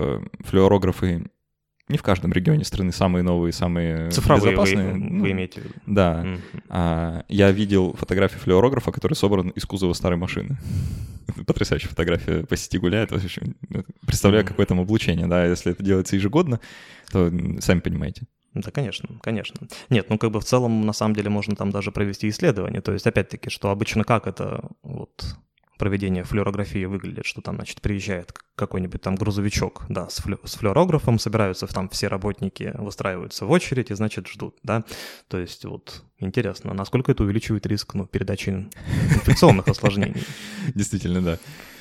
флюорографы не в каждом регионе страны самые новые, самые цифровые безопасные. Вы, ну, вы имеете в виду? Да. Mm-hmm. А, я видел фотографию флюорографа, который собран из кузова старой машины. Потрясающая фотография, по сети гуляет. Представляю, mm-hmm. какое там облучение, да, если это делается ежегодно, то сами понимаете. Да, конечно, конечно. Нет, ну как бы в целом на самом деле можно там даже провести исследование. То есть опять-таки, что обычно как это вот проведение флюорографии выглядит, что там, значит, приезжает какой-нибудь там грузовичок, да, с, флю, с флюорографом, собираются там все работники, выстраиваются в очередь и, значит, ждут, да. То есть вот интересно, насколько это увеличивает риск, ну, передачи инфекционных осложнений. Действительно, да.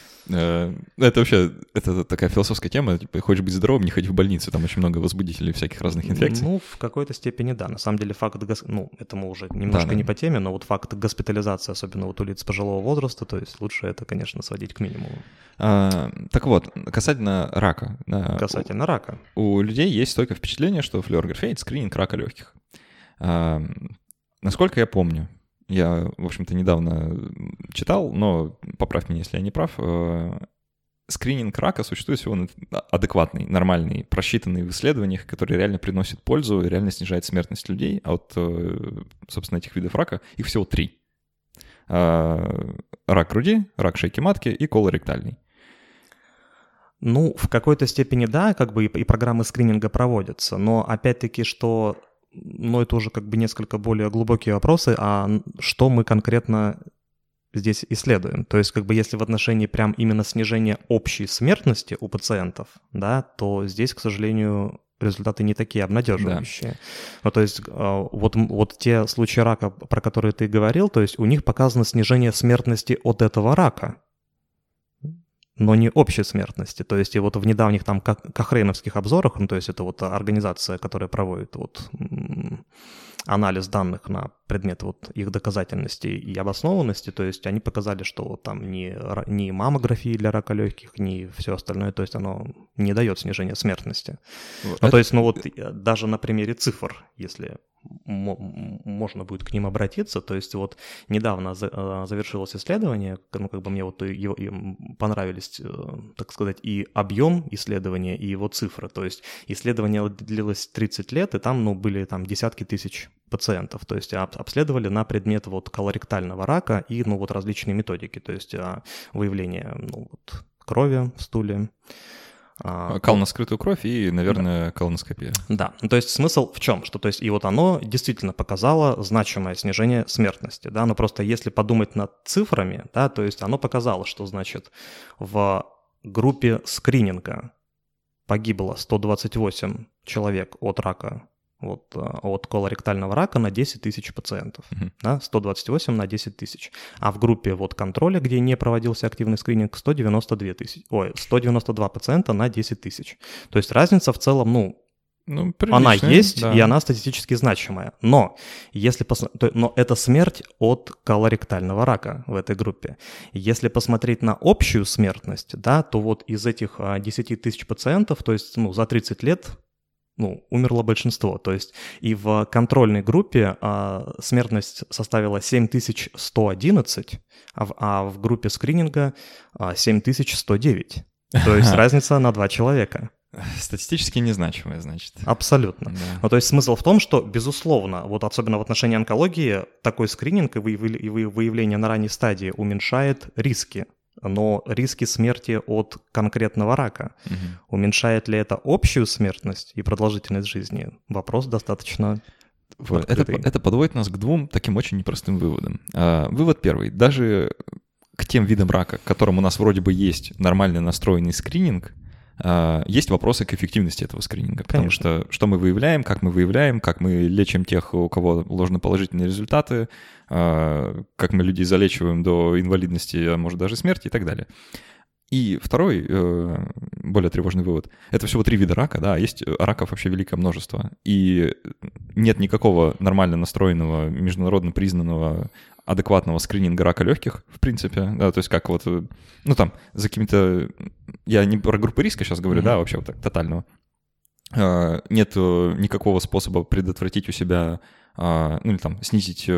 Это вообще, это такая философская тема, типа, хочешь быть здоровым, не ходи в больницу, там очень много возбудителей всяких разных инфекций. Ну, в какой-то степени, да. На самом деле факт, ну, это мы уже немножко да, не да. по теме, но вот факт госпитализации, особенно вот у лиц пожилого возраста, то есть лучше это, конечно, сводить к минимуму. А, так вот, касательно рака. Касательно у, рака. У людей есть стойкое впечатление, что флюорография — это скрининг рака легких. А, насколько я помню, я, в общем-то, недавно читал, но поправь меня, если я не прав, скрининг рака существует всего адекватный, нормальный, просчитанный в исследованиях, который реально приносит пользу и реально снижает смертность людей. А вот, собственно, этих видов рака, их всего три. Рак груди, рак шейки матки и колоректальный. Ну, в какой-то степени да, как бы и, и программы скрининга проводятся, но опять-таки, что... Но это уже как бы несколько более глубокие вопросы, а что мы конкретно здесь исследуем? То есть как бы если в отношении прям именно снижения общей смертности у пациентов, да, то здесь, к сожалению, результаты не такие обнадеживающие. Да. Ну, то есть вот, вот те случаи рака, про которые ты говорил, то есть у них показано снижение смертности от этого рака. но не общей смертности. То есть и вот в недавних там кохрейновских обзорах, ну то есть это вот организация, которая проводит вот анализ данных на предмет вот их доказательности и обоснованности, то есть они показали, что вот там ни, ни маммографии для рака легких, ни все остальное, то есть оно не дает снижения смертности. Вот. Ну, то есть, ну вот даже на примере цифр, если можно будет к ним обратиться, то есть вот недавно завершилось исследование, ну как бы мне вот его, понравились, так сказать, и объем исследования, и его цифры, то есть исследование длилось тридцать лет, и там, ну, были там десятки тысяч пациентов, то есть обследовали на предмет вот колоректального рака и, ну, вот различные методики, то есть выявление, ну, вот, крови в стуле. Кал на скрытую кровь и, наверное, да. колоноскопия. Да, ну, то есть смысл в чем? Что, то есть, и вот оно действительно показало значимое снижение смертности, да, но просто если подумать над цифрами, да, то есть оно показало, что, значит, в группе скрининга погибло сто двадцать восемь человек от рака, вот, от колоректального рака на десять тысяч пациентов, uh-huh. да, сто двадцать восемь на десять тысяч. А в группе вот контроля, где не проводился активный скрининг, сто девяносто две тысячи, ой, сто девяносто два пациента на десять тысяч. То есть разница в целом, ну, ну она есть, да. И она статистически значимая. Но, если пос... но это смерть от колоректального рака в этой группе. Если посмотреть на общую смертность, да, то вот из этих десять тысяч пациентов, то есть, ну, за тридцать лет, ну, умерло большинство. То есть и в контрольной группе а, смертность составила семь тысяч сто одиннадцать, а в, а в группе скрининга а, семь тысяч сто девять. То есть разница на два человека. Статистически незначимая, значит. Абсолютно. Да. Ну, то есть смысл в том, что, безусловно, вот особенно в отношении онкологии, такой скрининг и выявление на ранней стадии уменьшает риски. Но риски смерти от конкретного рака. Угу. Уменьшает ли это общую смертность и продолжительность жизни? Вопрос достаточно вот. это, это подводит нас к двум таким очень непростым выводам. А, вывод первый. Даже к тем видам рака, к которым у нас вроде бы есть нормально настроенный скрининг, а, есть вопросы к эффективности этого скрининга. Потому Конечно. что что мы выявляем, как мы выявляем, как мы лечим тех, у кого ложноположительные результаты, как мы людей залечиваем до инвалидности, а может даже смерти и так далее. И второй, более тревожный вывод. Это всего три вида рака, да, есть раков вообще великое множество. И нет никакого нормально настроенного, международно признанного, адекватного скрининга рака легких, в принципе, да, то есть как вот, ну там, за какими-то, я не про группы риска сейчас говорю, mm-hmm. да, вообще вот так, тотального. Нет никакого способа предотвратить у себя, ну или там снизить,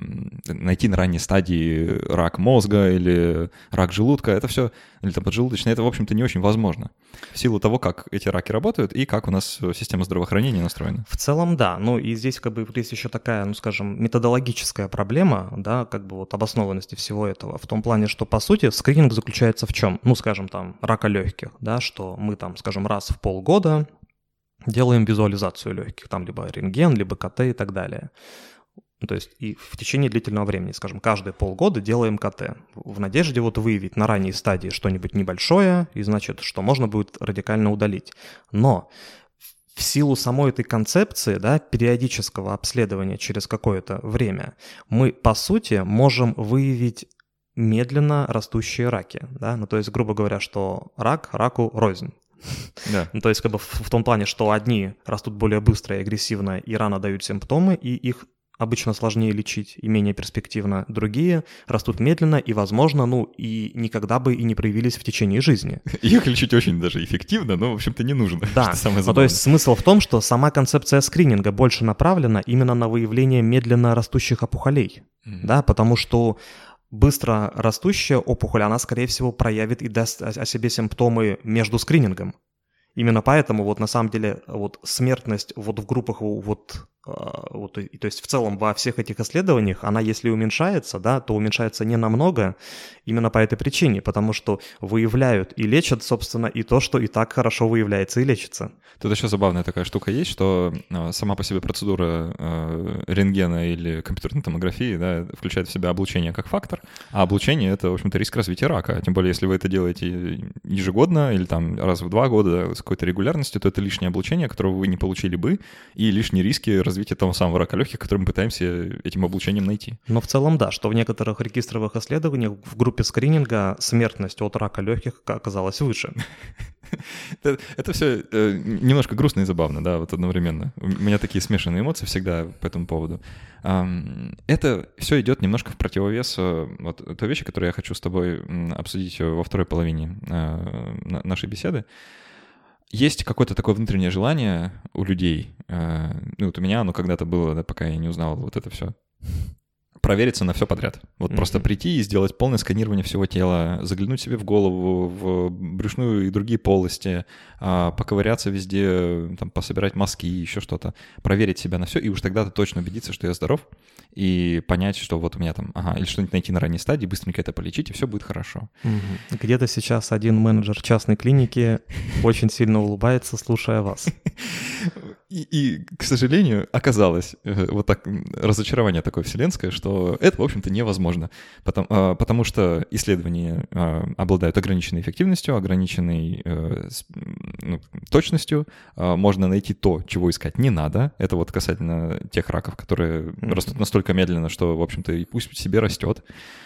найти на ранней стадии рак мозга или рак желудка, это все, или там поджелудочный, это, в общем-то, не очень возможно в силу того, как эти раки работают и как у нас система здравоохранения настроена. В целом, да, ну и здесь как бы есть еще такая, ну скажем, методологическая проблема, да, как бы вот обоснованности всего этого, в том плане, что, по сути, скрининг заключается в чем? Ну, скажем, там, рака легких, да, что мы там, скажем, раз в полгода делаем визуализацию легких, там либо рентген, либо КТ и так далее. То есть и в течение длительного времени, скажем, каждые полгода делаем КТ в надежде вот выявить на ранней стадии что-нибудь небольшое, и значит, что можно будет радикально удалить. Но в силу самой этой концепции, да, периодического обследования через какое-то время, мы, по сути, можем выявить медленно растущие раки. Да? Ну, то есть, грубо говоря, что рак раку рознь. Да. Ну, то есть как бы в, в том плане, что одни растут более быстро и агрессивно и рано дают симптомы, и их обычно сложнее лечить и менее перспективно. Другие растут медленно и, возможно, ну и никогда бы и не проявились в течение жизни. Их лечить очень даже эффективно, но, в общем-то, не нужно. Да, ну, то есть смысл в том, что сама концепция скрининга больше направлена именно на выявление медленно растущих опухолей, mm-hmm. да, потому что быстро растущая опухоль, она, скорее всего, проявит и даст о себе симптомы между скринингом. Именно поэтому вот на самом деле вот смертность вот в группах вот, вот то есть в целом во всех этих исследованиях, она если уменьшается, да, то уменьшается не намного именно по этой причине, потому что выявляют и лечат, собственно, и то, что и так хорошо выявляется и лечится. Тут еще забавная такая штука есть, что сама по себе процедура рентгена или компьютерной томографии, да, включает в себя облучение как фактор, а облучение — это, в общем-то, риск развития рака. Тем более, если вы это делаете ежегодно или там раз в два года с какой-то регулярностью, то это лишнее облучение, которого вы не получили бы, и лишние риски развития развития того самого рака легких, который мы пытаемся этим облучением найти. Но в целом да, что в некоторых регистровых исследованиях в группе скрининга смертность от рака легких оказалась выше. Это, это все э, немножко грустно и забавно, да, вот одновременно. У меня такие смешанные эмоции всегда по этому поводу. Эм, это все идет немножко в противовес э, вот той вещи, которую я хочу с тобой обсудить во второй половине э, нашей беседы. Есть какое-то такое внутреннее желание у людей, э, ну вот у меня оно когда-то было, да, пока я не узнал вот это все, провериться на все подряд. Вот mm-hmm. просто прийти и сделать полное сканирование всего тела, заглянуть себе в голову, в брюшную и другие полости, поковыряться везде, там, пособирать мазки, еще что-то, проверить себя на все, и уж тогда ты точно убедиться, что я здоров, и понять, что вот у меня там, ага, или что-нибудь найти на ранней стадии, быстренько это полечить, и все будет хорошо. Mm-hmm. Где-то сейчас один менеджер частной клиники очень сильно улыбается, слушая вас. И, и, к сожалению, оказалось вот так разочарование такое вселенское, что это, в общем-то, невозможно, потому, потому что исследования обладают ограниченной эффективностью, ограниченной ну, точностью, можно найти то, чего искать не надо. Это вот касательно тех раков, которые mm-hmm. растут настолько медленно, что, в общем-то, и пусть себе растет.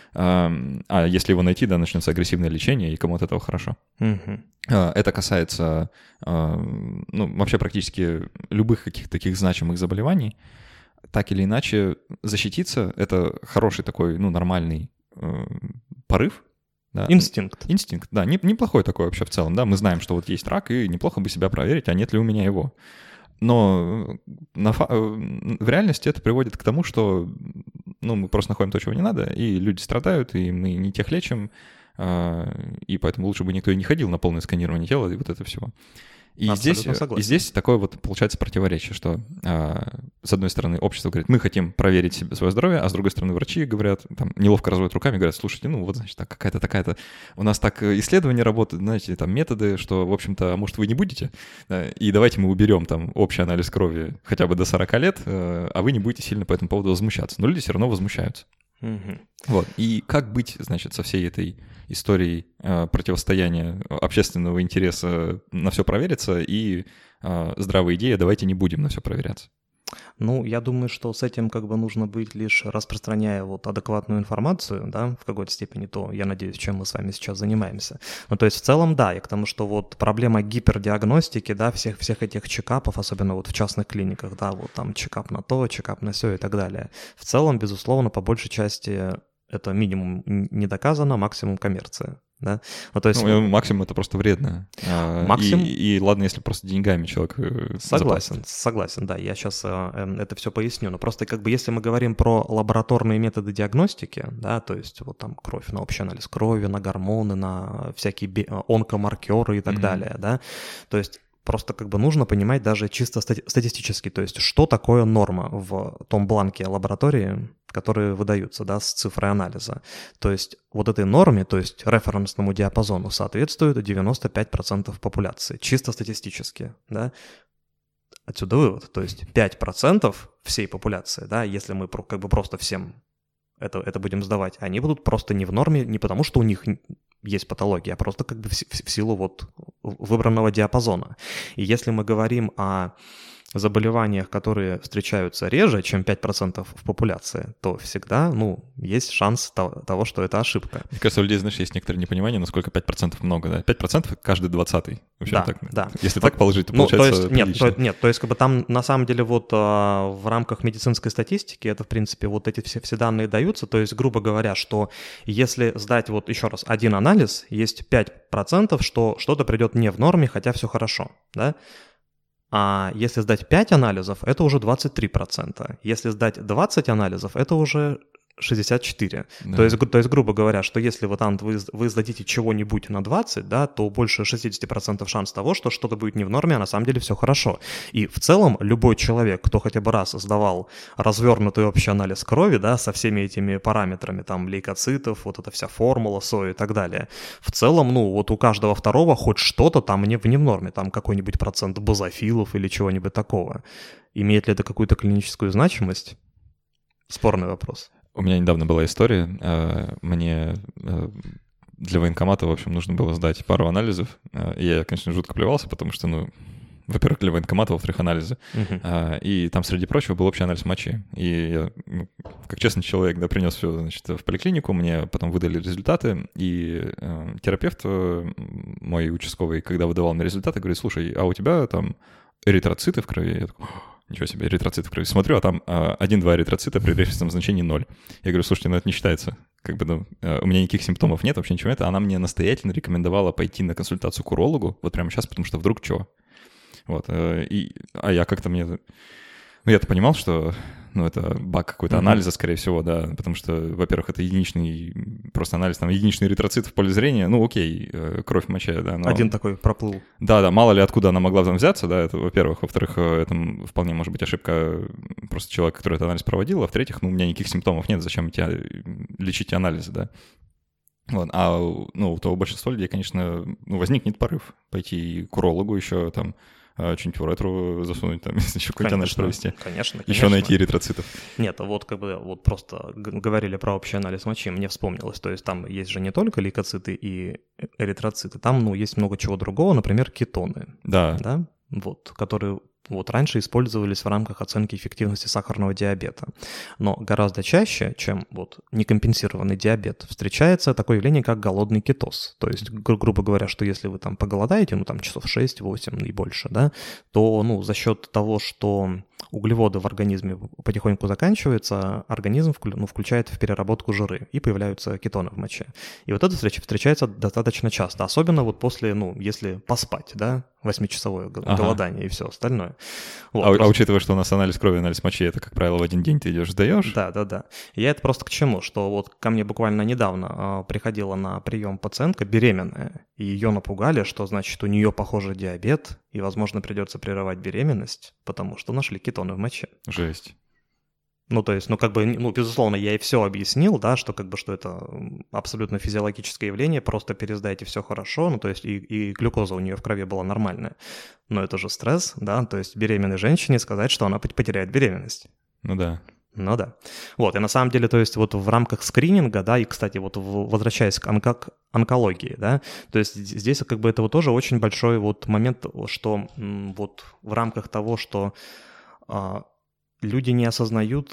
А если его найти, да, начнется агрессивное лечение, и кому от этого хорошо. Mm-hmm. Это касается, ну, вообще практически любых каких-то таких значимых заболеваний. Так или иначе, защититься — это хороший такой, ну, нормальный э, порыв. Да. Инстинкт. Инстинкт, да, не, неплохой такой вообще в целом, да. Мы знаем, что вот есть рак, и неплохо бы себя проверить, а нет ли у меня его. Но на, в реальности это приводит к тому, что, ну, мы просто находим то, чего не надо, и люди страдают, и мы не тех лечим, э, и поэтому лучше бы никто и не ходил на полное сканирование тела и вот это всего. И здесь, и здесь такое вот получается противоречие, что а, с одной стороны общество говорит, мы хотим проверить себе свое здоровье, а с другой стороны врачи говорят, там неловко разводят руками, говорят, слушайте, ну вот значит так, какая-то такая-то, у нас так исследования работают, знаете, там методы, что в общем-то, а может вы не будете, да, и давайте мы уберем там общий анализ крови хотя бы до сорока лет, а вы не будете сильно по этому поводу возмущаться, но люди все равно возмущаются. Mm-hmm. Вот. И как быть, значит, со всей этой историей э, противостояния общественного интереса на все провериться и э, здравая идея, давайте не будем на все проверяться? Ну, я думаю, что с этим как бы нужно быть лишь распространяя вот адекватную информацию, да, в какой-то степени, то, я надеюсь, чем мы с вами сейчас занимаемся. Ну, то есть в целом, да, и к тому, что вот проблема гипердиагностики, да, всех, всех этих чекапов, особенно вот в частных клиниках, да, вот там чекап на то, чекап на сё и так далее. В целом, безусловно, по большей части это минимум не доказано, максимум коммерция. Да? Ну, то есть... ну, максимум это просто вредно. Максимум... И, и ладно, если просто деньгами человек Согласен, заплатит. согласен, да, я сейчас э, это все поясню. Но просто как бы если мы говорим про лабораторные методы диагностики, да, то есть вот там кровь, на общий анализ крови, на гормоны, на всякие би- онкомаркеры и так mm-hmm. далее, да, то есть просто как бы нужно понимать даже чисто стати- статистически, то есть что такое норма в том бланке лаборатории, которые выдаются, да, с цифрой анализа. То есть вот этой норме, то есть референсному диапазону соответствует девяносто пять процентов популяции, чисто статистически, да. Отсюда вывод, то есть пять процентов всей популяции, да, если мы как бы просто всем это, это будем сдавать, они будут просто не в норме, не потому что у них есть патология, а просто как бы в, в, в силу вот выбранного диапазона. И если мы говорим о заболеваниях, которые встречаются реже, чем пять процентов в популяции, то всегда, ну, есть шанс того, того, что это ошибка. Мне кажется, у людей, знаешь, есть некоторое непонимание, насколько пять процентов много, да? пять процентов каждый двадцатый. Вообще да, так, да. Если вот, так положить, то ну, получается то есть, нет, то, нет, то есть как бы там на самом деле вот а, в рамках медицинской статистики это, в принципе, вот эти все, все данные даются, то есть, грубо говоря, что если сдать вот еще раз один анализ, есть пять процентов, что что-то придет не в норме, хотя все хорошо, да? А если сдать пять анализов, это уже двадцать три процента. Если сдать двадцать анализов, это уже шестьдесят четыре. Да. То есть, то есть, грубо говоря, что если вот там вы, вы сдадите чего-нибудь на двадцать, да, то больше шестьдесят процентов шанс того, что что-то будет не в норме, а на самом деле все хорошо. И в целом любой человек, кто хотя бы раз сдавал развернутый общий анализ крови, да, со всеми этими параметрами, там, лейкоцитов, вот эта вся формула, СО и так далее, в целом, ну, вот у каждого второго хоть что-то там не в, не в норме, там какой-нибудь процент базофилов или чего-нибудь такого. Имеет ли это какую-то клиническую значимость? Спорный вопрос. У меня недавно была история, мне для военкомата, в общем, нужно было сдать пару анализов, и я, конечно, жутко плевался, потому что, ну, во-первых, для военкомата, во-вторых, анализы. Угу. А, и там, среди прочего, был общий анализ мочи. И я, ну, как честный человек, да, принес все, значит, в поликлинику, мне потом выдали результаты, и э, терапевт мой участковый, когда выдавал мне результаты, говорит: слушай, а у тебя там эритроциты в крови? Я такой: ничего себе, эритроциты в крови. Смотрю, а там э, один-два эритроцита при референсном значении ноль. Я говорю: слушайте, ну это не считается. Как бы, ну, у меня никаких симптомов нет, вообще ничего нет. Она мне настоятельно рекомендовала пойти на консультацию к урологу вот прямо сейчас, потому что вдруг чего. Вот, и, а я как-то мне... Ну, я-то понимал, что, ну, это баг какой-то mm-hmm. анализа, скорее всего, да, потому что, во-первых, это единичный просто анализ, там, единичный эритроцит в поле зрения, ну, окей, кровь в моче, да. Но... Один такой проплыл. Да-да, мало ли откуда она могла там взяться, да, это, во-первых. Во-вторых, это вполне может быть ошибка просто человека, который этот анализ проводил, а в-третьих, ну, у меня никаких симптомов нет, зачем тебя лечить анализы, да. Вот, а, ну, у того большинства людей, конечно, ну, возникнет порыв пойти к урологу еще там, что-нибудь в уретру засунуть, там, если еще какой-то анализ провести. Конечно, конечно. Еще найти эритроцитов. Нет, вот как бы вот просто говорили про общий анализ мочи, мне вспомнилось, то есть там есть же не только лейкоциты и эритроциты, там, ну, есть много чего другого, например, кетоны. Да. Да, вот, которые... Вот раньше использовались в рамках оценки эффективности сахарного диабета. Но гораздо чаще, чем вот некомпенсированный диабет, встречается такое явление, как голодный кетоз. То есть, гру- грубо говоря, что если вы там поголодаете, ну там часов шесть-восемь и больше, да, то ну за счет того, что углеводы в организме потихоньку заканчиваются, организм вклю- ну, включает в переработку жиры, и появляются кетоны в моче. И вот это встреча встречается достаточно часто, особенно вот после, ну, если поспать, да, восьмичасовое ага. голодание и все остальное. Вот, а, просто... а учитывая, что у нас анализ крови, анализ мочи, это, как правило, в один день ты идешь, сдаешь? Да, да, да. Я это просто к чему, что вот ко мне буквально недавно э, приходила на прием пациентка беременная, и ее напугали, что, значит, у нее, похоже, диабет, и, возможно, придется прерывать беременность, потому что нашли кетоны в моче. Жесть. Ну, то есть, ну, как бы, ну, безусловно, я ей все объяснил, да, что, как бы, что это абсолютно физиологическое явление, просто пересдайте, все хорошо, ну, то есть, и, и глюкоза у нее в крови была нормальная. Но это же стресс, да, то есть, беременной женщине сказать, что она потеряет беременность. Ну, да. Ну, да. Вот, и на самом деле, то есть, вот в рамках скрининга, да, и, кстати, вот возвращаясь к онко- онкологии, да, то есть, здесь, как бы, это вот тоже очень большой вот момент, что м, вот в рамках того, что... А, люди не осознают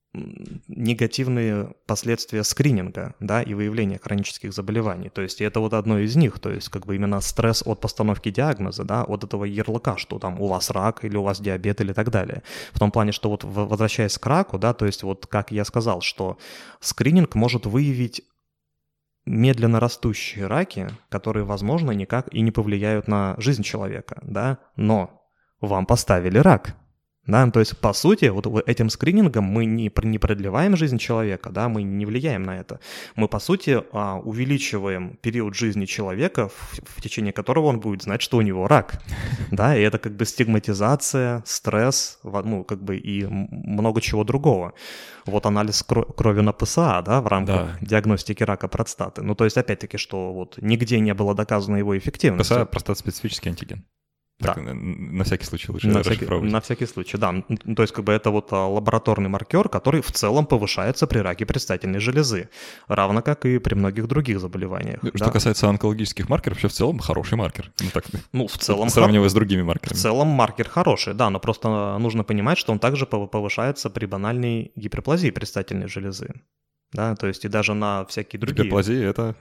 негативные последствия скрининга, да, и выявления хронических заболеваний. То есть это вот одно из них, то есть как бы именно стресс от постановки диагноза, да, от этого ярлыка, что там у вас рак или у вас диабет или так далее. В том плане, что вот возвращаясь к раку, да, то есть вот как я сказал, что скрининг может выявить медленно растущие раки, которые, возможно, никак и не повлияют на жизнь человека, да, но вам поставили рак. Да, то есть, по сути, вот этим скринингом мы не, не продлеваем жизнь человека, да, мы не влияем на это. Мы, по сути, увеличиваем период жизни человека, в, в течение которого он будет знать, что у него рак. Да, и это как бы стигматизация, стресс, ну, как бы и много чего другого. Вот анализ крови на ПСА, да, в рамках да. диагностики рака простаты. Ну, то есть, опять-таки, что вот нигде не было доказано его эффективность. ПСА – простат-специфический антиген. Да. На, на всякий случай лучше на всякий, на всякий случай, да. То есть как бы это вот лабораторный маркер, который в целом повышается при раке предстательной железы, равно как и при многих других заболеваниях. Что да? касается онкологических маркеров, вообще в целом хороший маркер. Ну, так, ну в целом... Сравнивая хор... с другими маркерами. В целом маркер хороший, да, но просто нужно понимать, что он также повышается при банальной гиперплазии предстательной железы. Да, то есть и даже на всякие другие... Гиперплазия — это...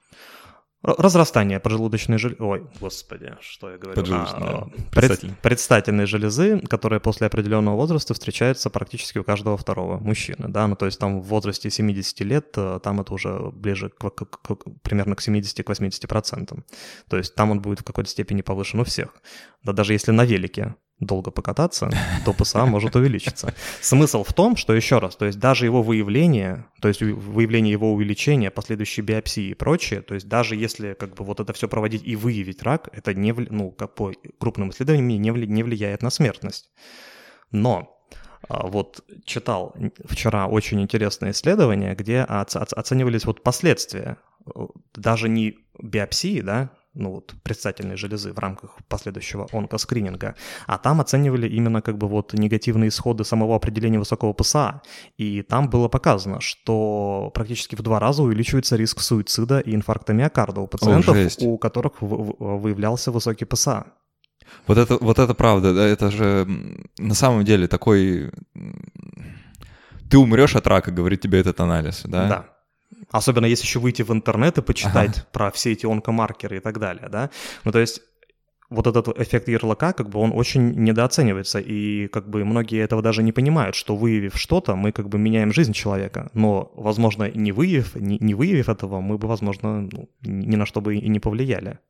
Разрастание поджелудочной железы, ой, господи, что я говорю, а, предстательной. предстательной железы, которая после определенного возраста встречается практически у каждого второго мужчины, да, ну то есть там в возрасте семидесяти лет, там это уже ближе к, к, к, примерно к семидесяти-восьмидесяти процентам, то есть там он будет в какой-то степени повышен у всех, да даже если на велике долго покататься, то ПСА может увеличиться. Смысл в том, что еще раз, то есть даже его выявление, то есть выявление его увеличения, последующие биопсии и прочее, то есть даже если как бы вот это все проводить и выявить рак, это не, ну, как по крупным исследованиям не, вли, не влияет на смертность. Но вот читал вчера очень интересное исследование, где оц- оценивались вот последствия, даже не биопсии, да, ну вот, предстательной железы в рамках последующего онкоскрининга, а там оценивали именно как бы вот негативные исходы самого определения высокого ПСА, и там было показано, что практически в два раза увеличивается риск суицида и инфаркта миокарда у пациентов, О, у которых в- в- выявлялся высокий ПСА. Вот это, вот это правда, да, это же на самом деле такой... Ты умрешь от рака, говорит тебе этот анализ, да? Да. Особенно если еще выйти в интернет и почитать ага. про все эти онкомаркеры и так далее, да? Ну, то есть вот этот эффект ярлыка, как бы он очень недооценивается, и как бы многие этого даже не понимают, что выявив что-то, мы как бы меняем жизнь человека, но, возможно, не выявив, не, не выявив этого, мы бы, возможно, ну, ни на что бы и не повлияли.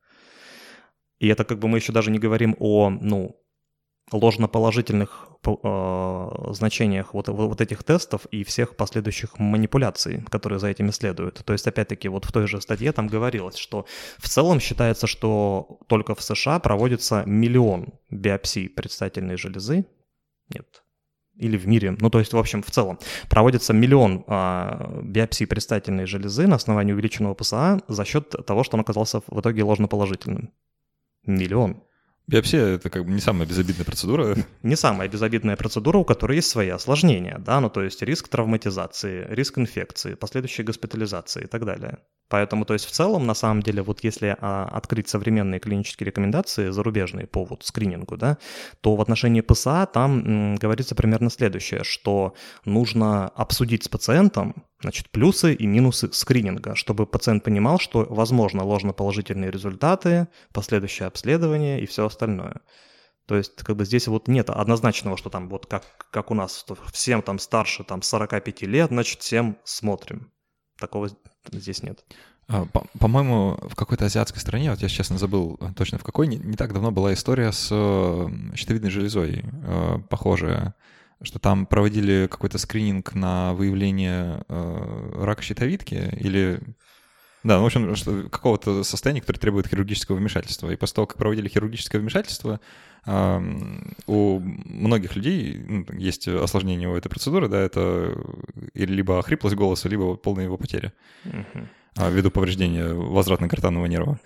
И это как бы мы еще даже не говорим о, ну, ложноположительных э, значениях вот, вот этих тестов и всех последующих манипуляций, которые за этим следуют. То есть, опять-таки, вот в той же статье там говорилось, что в целом считается, что только в США проводится миллион биопсий предстательной железы. Нет. Или в мире. Ну, то есть, в общем, в целом проводится миллион э, биопсий предстательной железы на основании увеличенного ПСА за счет того, что он оказался в итоге ложноположительным. Миллион. Биопсия — это как бы не самая безобидная процедура. Не самая безобидная процедура, у которой есть свои осложнения, да, ну то есть риск травматизации, риск инфекции, последующей госпитализации и так далее. Поэтому, то есть в целом, на самом деле, вот если а, открыть современные клинические рекомендации зарубежные по вот скринингу, да, то в отношении ПСА там м, говорится примерно следующее, что нужно обсудить с пациентом, значит, плюсы и минусы скрининга, чтобы пациент понимал, что возможно ложноположительные результаты, последующее обследование и все остальное. То есть, как бы здесь вот нет однозначного, что там вот как, как у нас, всем там старше там сорок пять лет, значит, всем смотрим. Такого здесь нет. По- по-моему, в какой-то азиатской стране, вот я, честно, забыл точно в какой, не, не так давно была история с щитовидной железой, э, похожая, что там проводили какой-то скрининг на выявление э, рака щитовидки или... Да, ну, в общем, что, какого-то состояния, которое требует хирургического вмешательства. И после того, как проводили хирургическое вмешательство, э, у многих людей ну, есть осложнение у этой процедуры, да, это либо охриплость голоса, либо полная его потеря uh-huh. ввиду повреждения возвратно-гортанного нерва.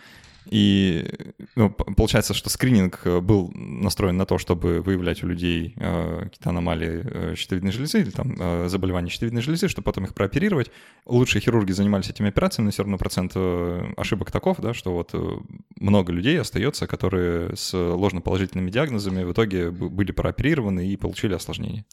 И ну, получается, что скрининг был настроен на то, чтобы выявлять у людей э, какие-то аномалии э, щитовидной железы или там э, заболевания щитовидной железы, чтобы потом их прооперировать. Лучшие хирурги занимались этими операциями, но все равно процент э, ошибок таков, да, что вот э, много людей остается, которые с ложноположительными диагнозами в итоге были прооперированы и получили осложнения.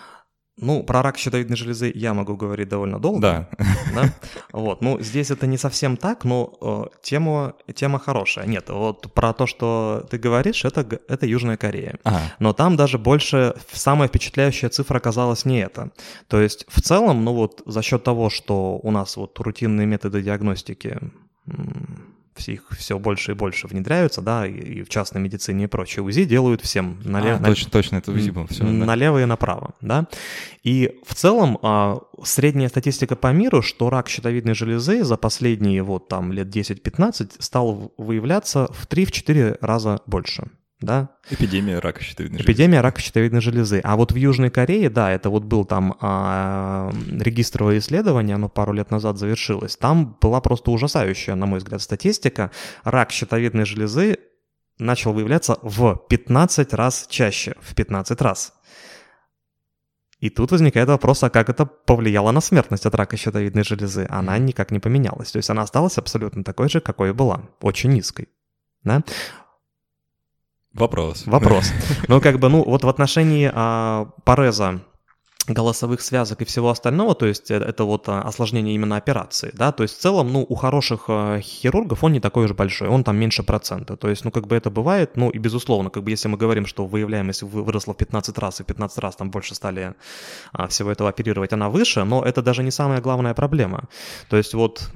Ну, про рак щитовидной железы я могу говорить довольно долго. Да. да? Вот, ну, здесь это не совсем так, но э, тема, тема хорошая. Нет, вот про то, что ты говоришь, это, это Южная Корея. Ага. Но там даже больше, самая впечатляющая цифра оказалась не это. То есть, в целом, ну вот, за счет того, что у нас вот рутинные методы диагностики... М- их все больше и больше внедряются, да, и, и в частной медицине и прочее. УЗИ делают всем налево, а, точно, точно, это УЗИ было все, налево да. и направо, да. И в целом а, средняя статистика по миру, что рак щитовидной железы за последние вот там лет десять-пятнадцать стал выявляться в три-четыре раза больше. Да? Эпидемия рака щитовидной железы. Эпидемия железы. рака щитовидной железы. А вот в Южной Корее, да, это вот был там а, регистровое исследование, оно пару лет назад завершилось. Там была просто ужасающая, на мой взгляд, статистика. Рак щитовидной железы начал выявляться в пятнадцать раз чаще. В пятнадцать раз. И тут возникает вопрос, а как это повлияло на смертность от рака щитовидной железы? Она никак не поменялась. То есть она осталась абсолютно такой же, какой и была. Очень низкой. Да? Вопрос. Вопрос. Ну, как бы, ну, вот в отношении а, пареза голосовых связок и всего остального, то есть это вот осложнение именно операции, да, то есть в целом, ну, у хороших а, хирургов он не такой уж большой, он там меньше процента, то есть, ну, как бы это бывает, ну, и безусловно, как бы если мы говорим, что выявляемость выросла в пятнадцать раз, и пятнадцать раз там больше стали а, всего этого оперировать, она выше, но это даже не самая главная проблема, то есть вот...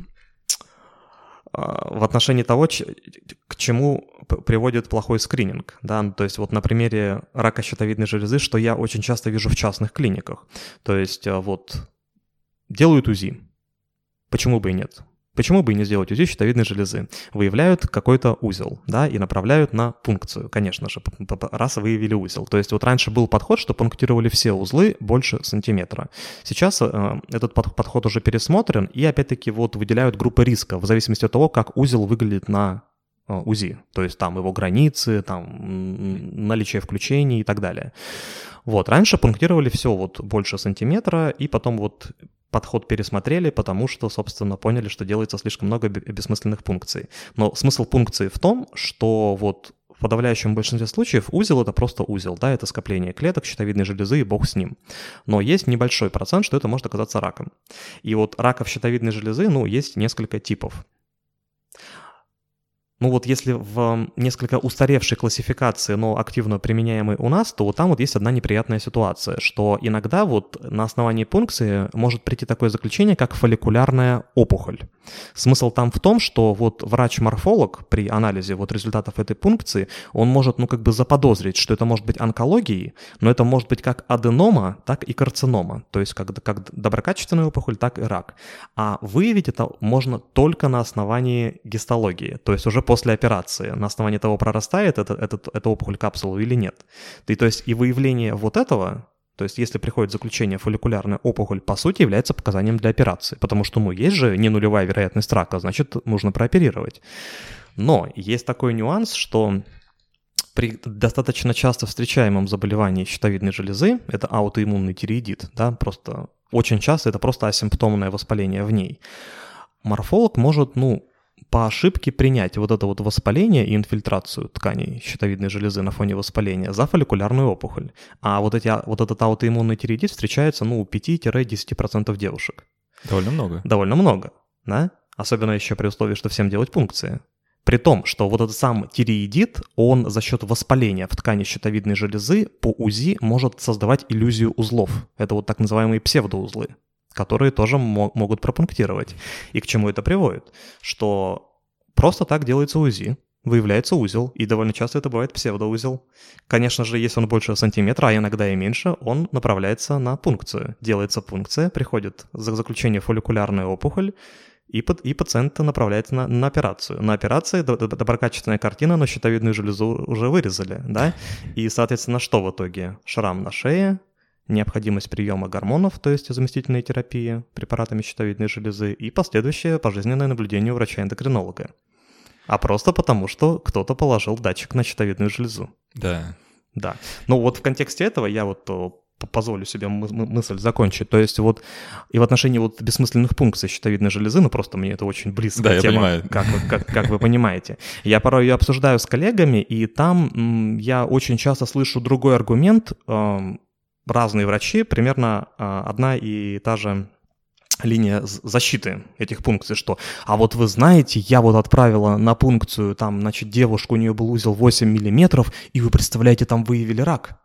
в отношении того, к чему приводит плохой скрининг. Да? То есть вот на примере рака щитовидной железы, что я очень часто вижу в частных клиниках. То есть вот делают УЗИ. Почему бы и нет? Почему бы и не сделать УЗИ щитовидной железы? Выявляют какой-то узел, да, и направляют на пункцию, конечно же, раз выявили узел. То есть вот раньше был подход, что пунктировали все узлы больше сантиметра. Сейчас э, этот подход уже пересмотрен, и опять-таки вот выделяют группы риска в зависимости от того, как узел выглядит на э, УЗИ. То есть там его границы, там наличие включений и так далее. Вот, раньше пунктировали все вот больше сантиметра, и потом вот подход пересмотрели, потому что, собственно, поняли, что делается слишком много бессмысленных пункций. Но смысл пункции в том, что вот подавляющем большинстве случаев узел — это просто узел, да, это скопление клеток щитовидной железы, и бог с ним. Но есть небольшой процент, что это может оказаться раком. И вот раков щитовидной железы, ну, есть несколько типов. Ну вот если в несколько устаревшей классификации, но активно применяемой у нас, то вот там вот есть одна неприятная ситуация, что иногда вот на основании пункции может прийти такое заключение, как фолликулярная опухоль. Смысл там в том, что вот врач-морфолог при анализе вот результатов этой пункции, он может, ну, как бы заподозрить, что это может быть онкологией, но это может быть как аденома, так и карцинома, то есть как, как доброкачественная опухоль, так и рак. А выявить это можно только на основании гистологии, то есть уже после операции, на основании того, прорастает это, это, эта опухоль капсулу или нет. И, то есть и выявление вот этого, то есть если приходит заключение фолликулярная опухоль, по сути является показанием для операции, потому что, ну, есть же не нулевая вероятность рака, значит, нужно прооперировать. Но есть такой нюанс, что при достаточно часто встречаемом заболевании щитовидной железы, это аутоиммунный тиреидит, да, просто очень часто это просто асимптомное воспаление в ней, морфолог может, ну, по ошибке принять вот это вот воспаление и инфильтрацию тканей щитовидной железы на фоне воспаления за фолликулярную опухоль. А вот, эти, вот этот аутоиммунный тиреидит встречается, ну, у пяти-десяти процентов девушек. Довольно много. Довольно много, да? Особенно еще при условии, что всем делать пункции. При том, что вот этот сам тиреидит, он за счет воспаления в ткани щитовидной железы по УЗИ может создавать иллюзию узлов. Это вот так называемые псевдоузлы, которые тоже мо- могут пропунктировать. И к чему это приводит? Что просто так делается УЗИ, выявляется узел, и довольно часто это бывает псевдоузел. Конечно же, если он больше сантиметра, а иногда и меньше, он направляется на пункцию. Делается пункция, приходит за заключение фолликулярная опухоль, и, под, и пациент направляется на, на операцию. На операции доброкачественная картина, но щитовидную железу уже вырезали, да? И, соответственно, что в итоге? Шрам на шее, необходимость приема гормонов, то есть заместительной терапии препаратами щитовидной железы, и последующее пожизненное наблюдение у врача-эндокринолога. А просто потому, что кто-то положил датчик на щитовидную железу. Да. Да. Ну вот в контексте этого я вот позволю себе мы- мысль закончить. То есть вот и в отношении вот бессмысленных пункций щитовидной железы, ну просто мне это очень близкая да, тема, я понимаю. как, как, как вы понимаете. Я порой ее обсуждаю с коллегами, и там м, я очень часто слышу другой аргумент. Э, разные врачи, примерно э, одна и та же линия защиты этих пункций, что «а вот вы знаете, я вот отправила на пункцию, там, значит, девушку, у нее был узел восемь миллиметров, и вы представляете, там выявили рак».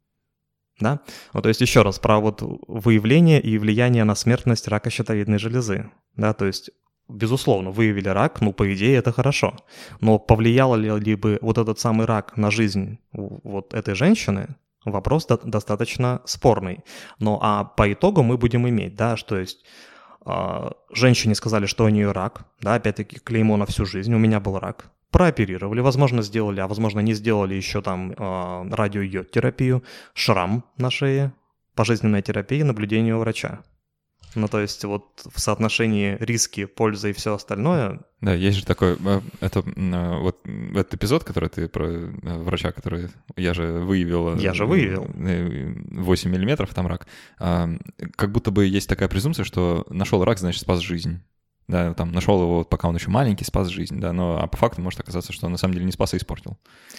Да? Вот, то есть еще раз про вот выявление и влияние на смертность рака щитовидной железы. Да? То есть, безусловно, выявили рак, ну, по идее, это хорошо. Но повлиял ли, ли бы вот этот самый рак на жизнь вот этой женщины? Вопрос до- достаточно спорный. Ну, а по итогу мы будем иметь, да, что есть э, женщине сказали, что у нее рак, да, опять-таки клеймо на всю жизнь, у меня был рак. Прооперировали, возможно, сделали, а возможно, не сделали еще там э, радиойод-терапию, шрам на шее, пожизненная терапия, наблюдение у врача. Ну, то есть вот в соотношении риски, пользы и все остальное... Да, есть же такой, это вот этот эпизод, который ты про врача, который я же выявил... Я же выявил. восемь миллиметров там рак. Как будто бы есть такая презумпция, что нашел рак, значит, спас жизнь. Да, там нашел его, пока он еще маленький, спас жизнь, да, но а по факту может оказаться, что он на самом деле не спас, а испортил.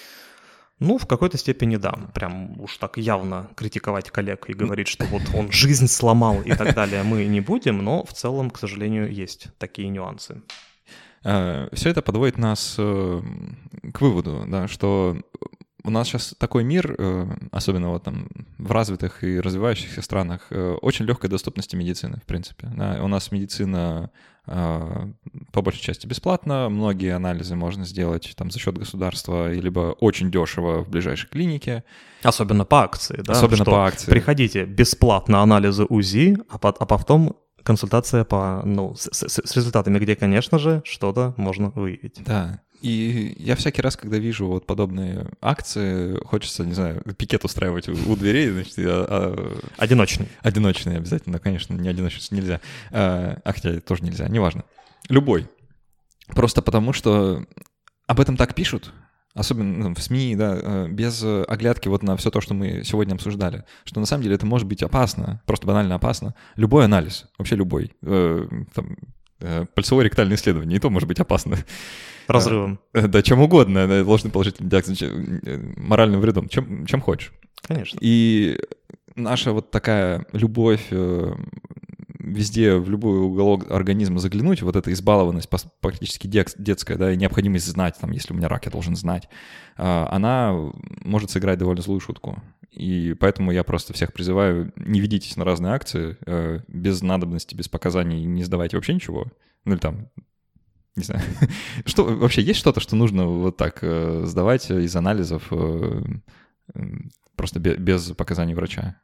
Ну, в какой-то степени да. Прям уж так явно критиковать коллег и говорить, что вот он жизнь сломал и так далее, мы не будем, но в целом, к сожалению, есть такие нюансы. Все это подводит нас к выводу, да, что у нас сейчас такой мир, особенно вот там в развитых и развивающихся странах, очень легкой доступности медицины, в принципе. Да. У нас медицина по большей части бесплатно, многие анализы можно сделать там за счет государства, либо очень дешево в ближайшей клинике. Особенно по акции, да? Особенно что по акции. Приходите бесплатно анализы УЗИ, а, по, а потом консультация по, ну, с, с, с результатами, где, конечно же, что-то можно выявить. Да. И я всякий раз, когда вижу вот подобные акции, хочется, не знаю, пикет устраивать у, у дверей, значит, а, а... Одиночный. Одиночный обязательно, конечно, не одиночный нельзя. А, а хотя тоже нельзя, неважно. Любой. Просто потому, что об этом так пишут, особенно ну, в СМИ, да, без оглядки вот на все то, что мы сегодня обсуждали, что на самом деле это может быть опасно, просто банально опасно. Любой анализ, вообще любой, э, там, э, пальцевое ректальное исследование, и то может быть опасно. Разрывом. Да, чем угодно, ложный положительный диагноз, моральным вредом, чем, чем хочешь. Конечно. И наша вот такая любовь везде, в любой уголок организма заглянуть, вот эта избалованность практически детская, да, и необходимость знать, там, если у меня рак, я должен знать, она может сыграть довольно злую шутку. И поэтому я просто всех призываю, не ведитесь на разные акции, без надобности, без показаний, не сдавайте вообще ничего. Ну или там, не знаю, что вообще есть что-то, что нужно вот так сдавать из анализов просто без показаний врача?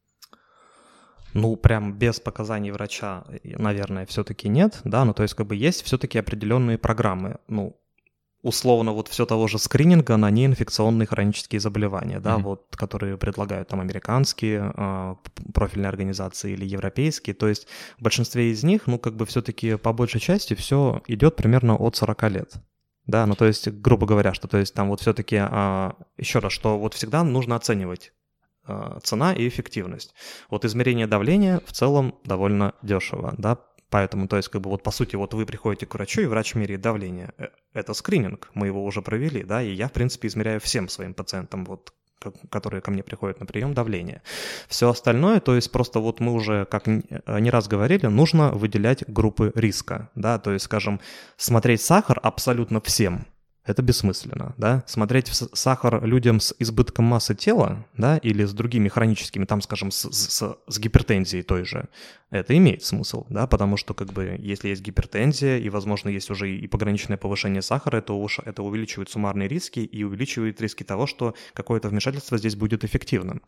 Ну, прям без показаний врача, наверное, все-таки нет, да, ну, то есть как бы есть все-таки определенные программы, ну, условно, вот все того же скрининга на неинфекционные хронические заболевания, да, mm-hmm. вот, которые предлагают там американские э, профильные организации или европейские, то есть в большинстве из них, ну, как бы все-таки по большей части все идет примерно от сорока лет. Да, ну, то есть, грубо говоря, что, то есть там вот все-таки, э, еще раз, что вот всегда нужно оценивать цена и эффективность. Вот измерение давления в целом довольно дешево, да, поэтому, то есть, как бы вот по сути, вот вы приходите к врачу, и врач меряет давление. Это скрининг, мы его уже провели, да, и я, в принципе, измеряю всем своим пациентам, вот, которые ко мне приходят на прием, давление. Все остальное, то есть просто вот мы уже, как не раз говорили, нужно выделять группы риска, да, то есть, скажем, смотреть сахар абсолютно всем, это бессмысленно, да, смотреть сахар людям с избытком массы тела, да, или с другими хроническими, там, скажем, с, с, с гипертензией той же, это имеет смысл, да, потому что, как бы, если есть гипертензия и, возможно, есть уже и пограничное повышение сахара, то уж это увеличивает суммарные риски и увеличивает риски того, что какое-то вмешательство здесь будет эффективным.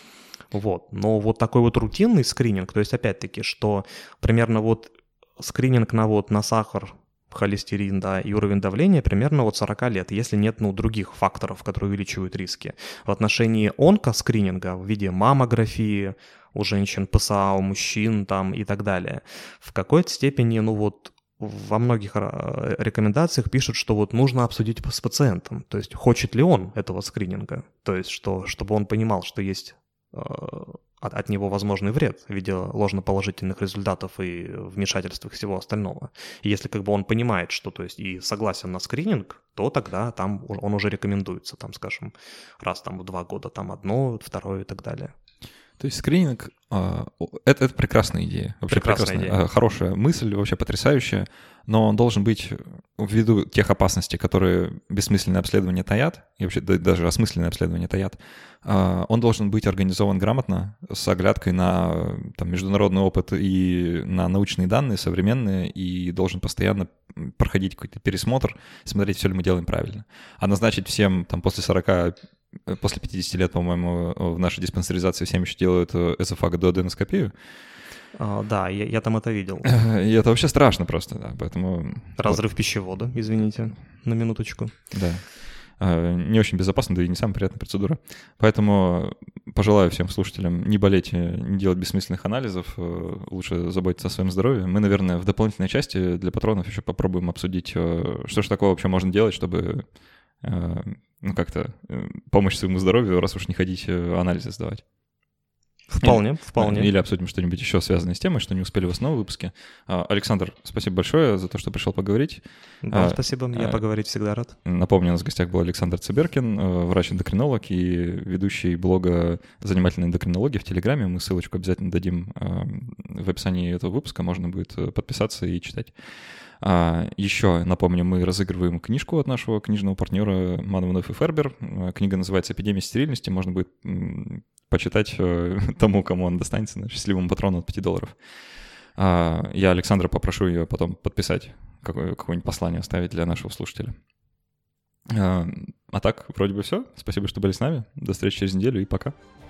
Вот, но вот такой вот рутинный скрининг, то есть, опять-таки, что примерно вот скрининг на вот на сахар, холестерин, да, и уровень давления примерно от сорока лет, если нет, ну, других факторов, которые увеличивают риски. В отношении онкоскрининга в виде маммографии у женщин, ПСА у мужчин там и так далее, в какой-то степени, ну, вот во многих рекомендациях пишут, что вот нужно обсудить с пациентом, то есть хочет ли он этого скрининга, то есть что, чтобы он понимал, что есть От, от него возможный вред в виде ложноположительных результатов и вмешательств и всего остального. И если как бы он понимает, что, то есть, и согласен на скрининг, то тогда там он уже рекомендуется, там, скажем, раз там в два года там одно, второе и так далее. То есть скрининг это, — это прекрасная идея. Вообще прекрасная прекрасная, идея. Хорошая мысль, вообще потрясающая, но он должен быть ввиду тех опасностей, которые бессмысленное обследование таят, и вообще даже осмысленное обследование таят, он должен быть организован грамотно, с оглядкой на там, международный опыт и на научные данные современные, и должен постоянно проходить какой-то пересмотр, смотреть, все ли мы делаем правильно. А назначить всем там, после сорока, после пятидесяти лет, по-моему, в нашей диспансеризации всем еще делают эзофагодуоденоскопию. А, да, я, я там это видел. И это вообще страшно просто, да, поэтому... Разрыв вот. Пищевода, извините, на минуточку. Да. Не очень безопасно, да и не самая приятная процедура. Поэтому пожелаю всем слушателям не болеть, не делать бессмысленных анализов, лучше заботиться о своем здоровье. Мы, наверное, в дополнительной части для патронов еще попробуем обсудить, что же такого вообще можно делать, чтобы ну, как-то помочь своему здоровью, раз уж не ходить анализы сдавать. Вполне, Или, вполне. Или обсудим что-нибудь еще связанное с темой, что не успели в основном выпуске. Александр, спасибо большое за то, что пришел поговорить. Да, а, спасибо, я а, поговорить всегда рад. Напомню, у нас в гостях был Александр Цыберкин, врач-эндокринолог и ведущий блога «Занимательной эндокринологии» в Телеграме. Мы ссылочку обязательно дадим в описании этого выпуска, можно будет подписаться и читать. Еще напомню, мы разыгрываем книжку от нашего книжного партнера Манованов и Фербер. Книга называется «Эпидемия стерильности». Можно будет почитать тому, кому он достанется, счастливому патрону от пяти долларов. Я Александра попрошу ее потом подписать, какое- какое-нибудь послание оставить для нашего слушателя. А так, вроде бы все. Спасибо, что были с нами. До встречи через неделю и пока.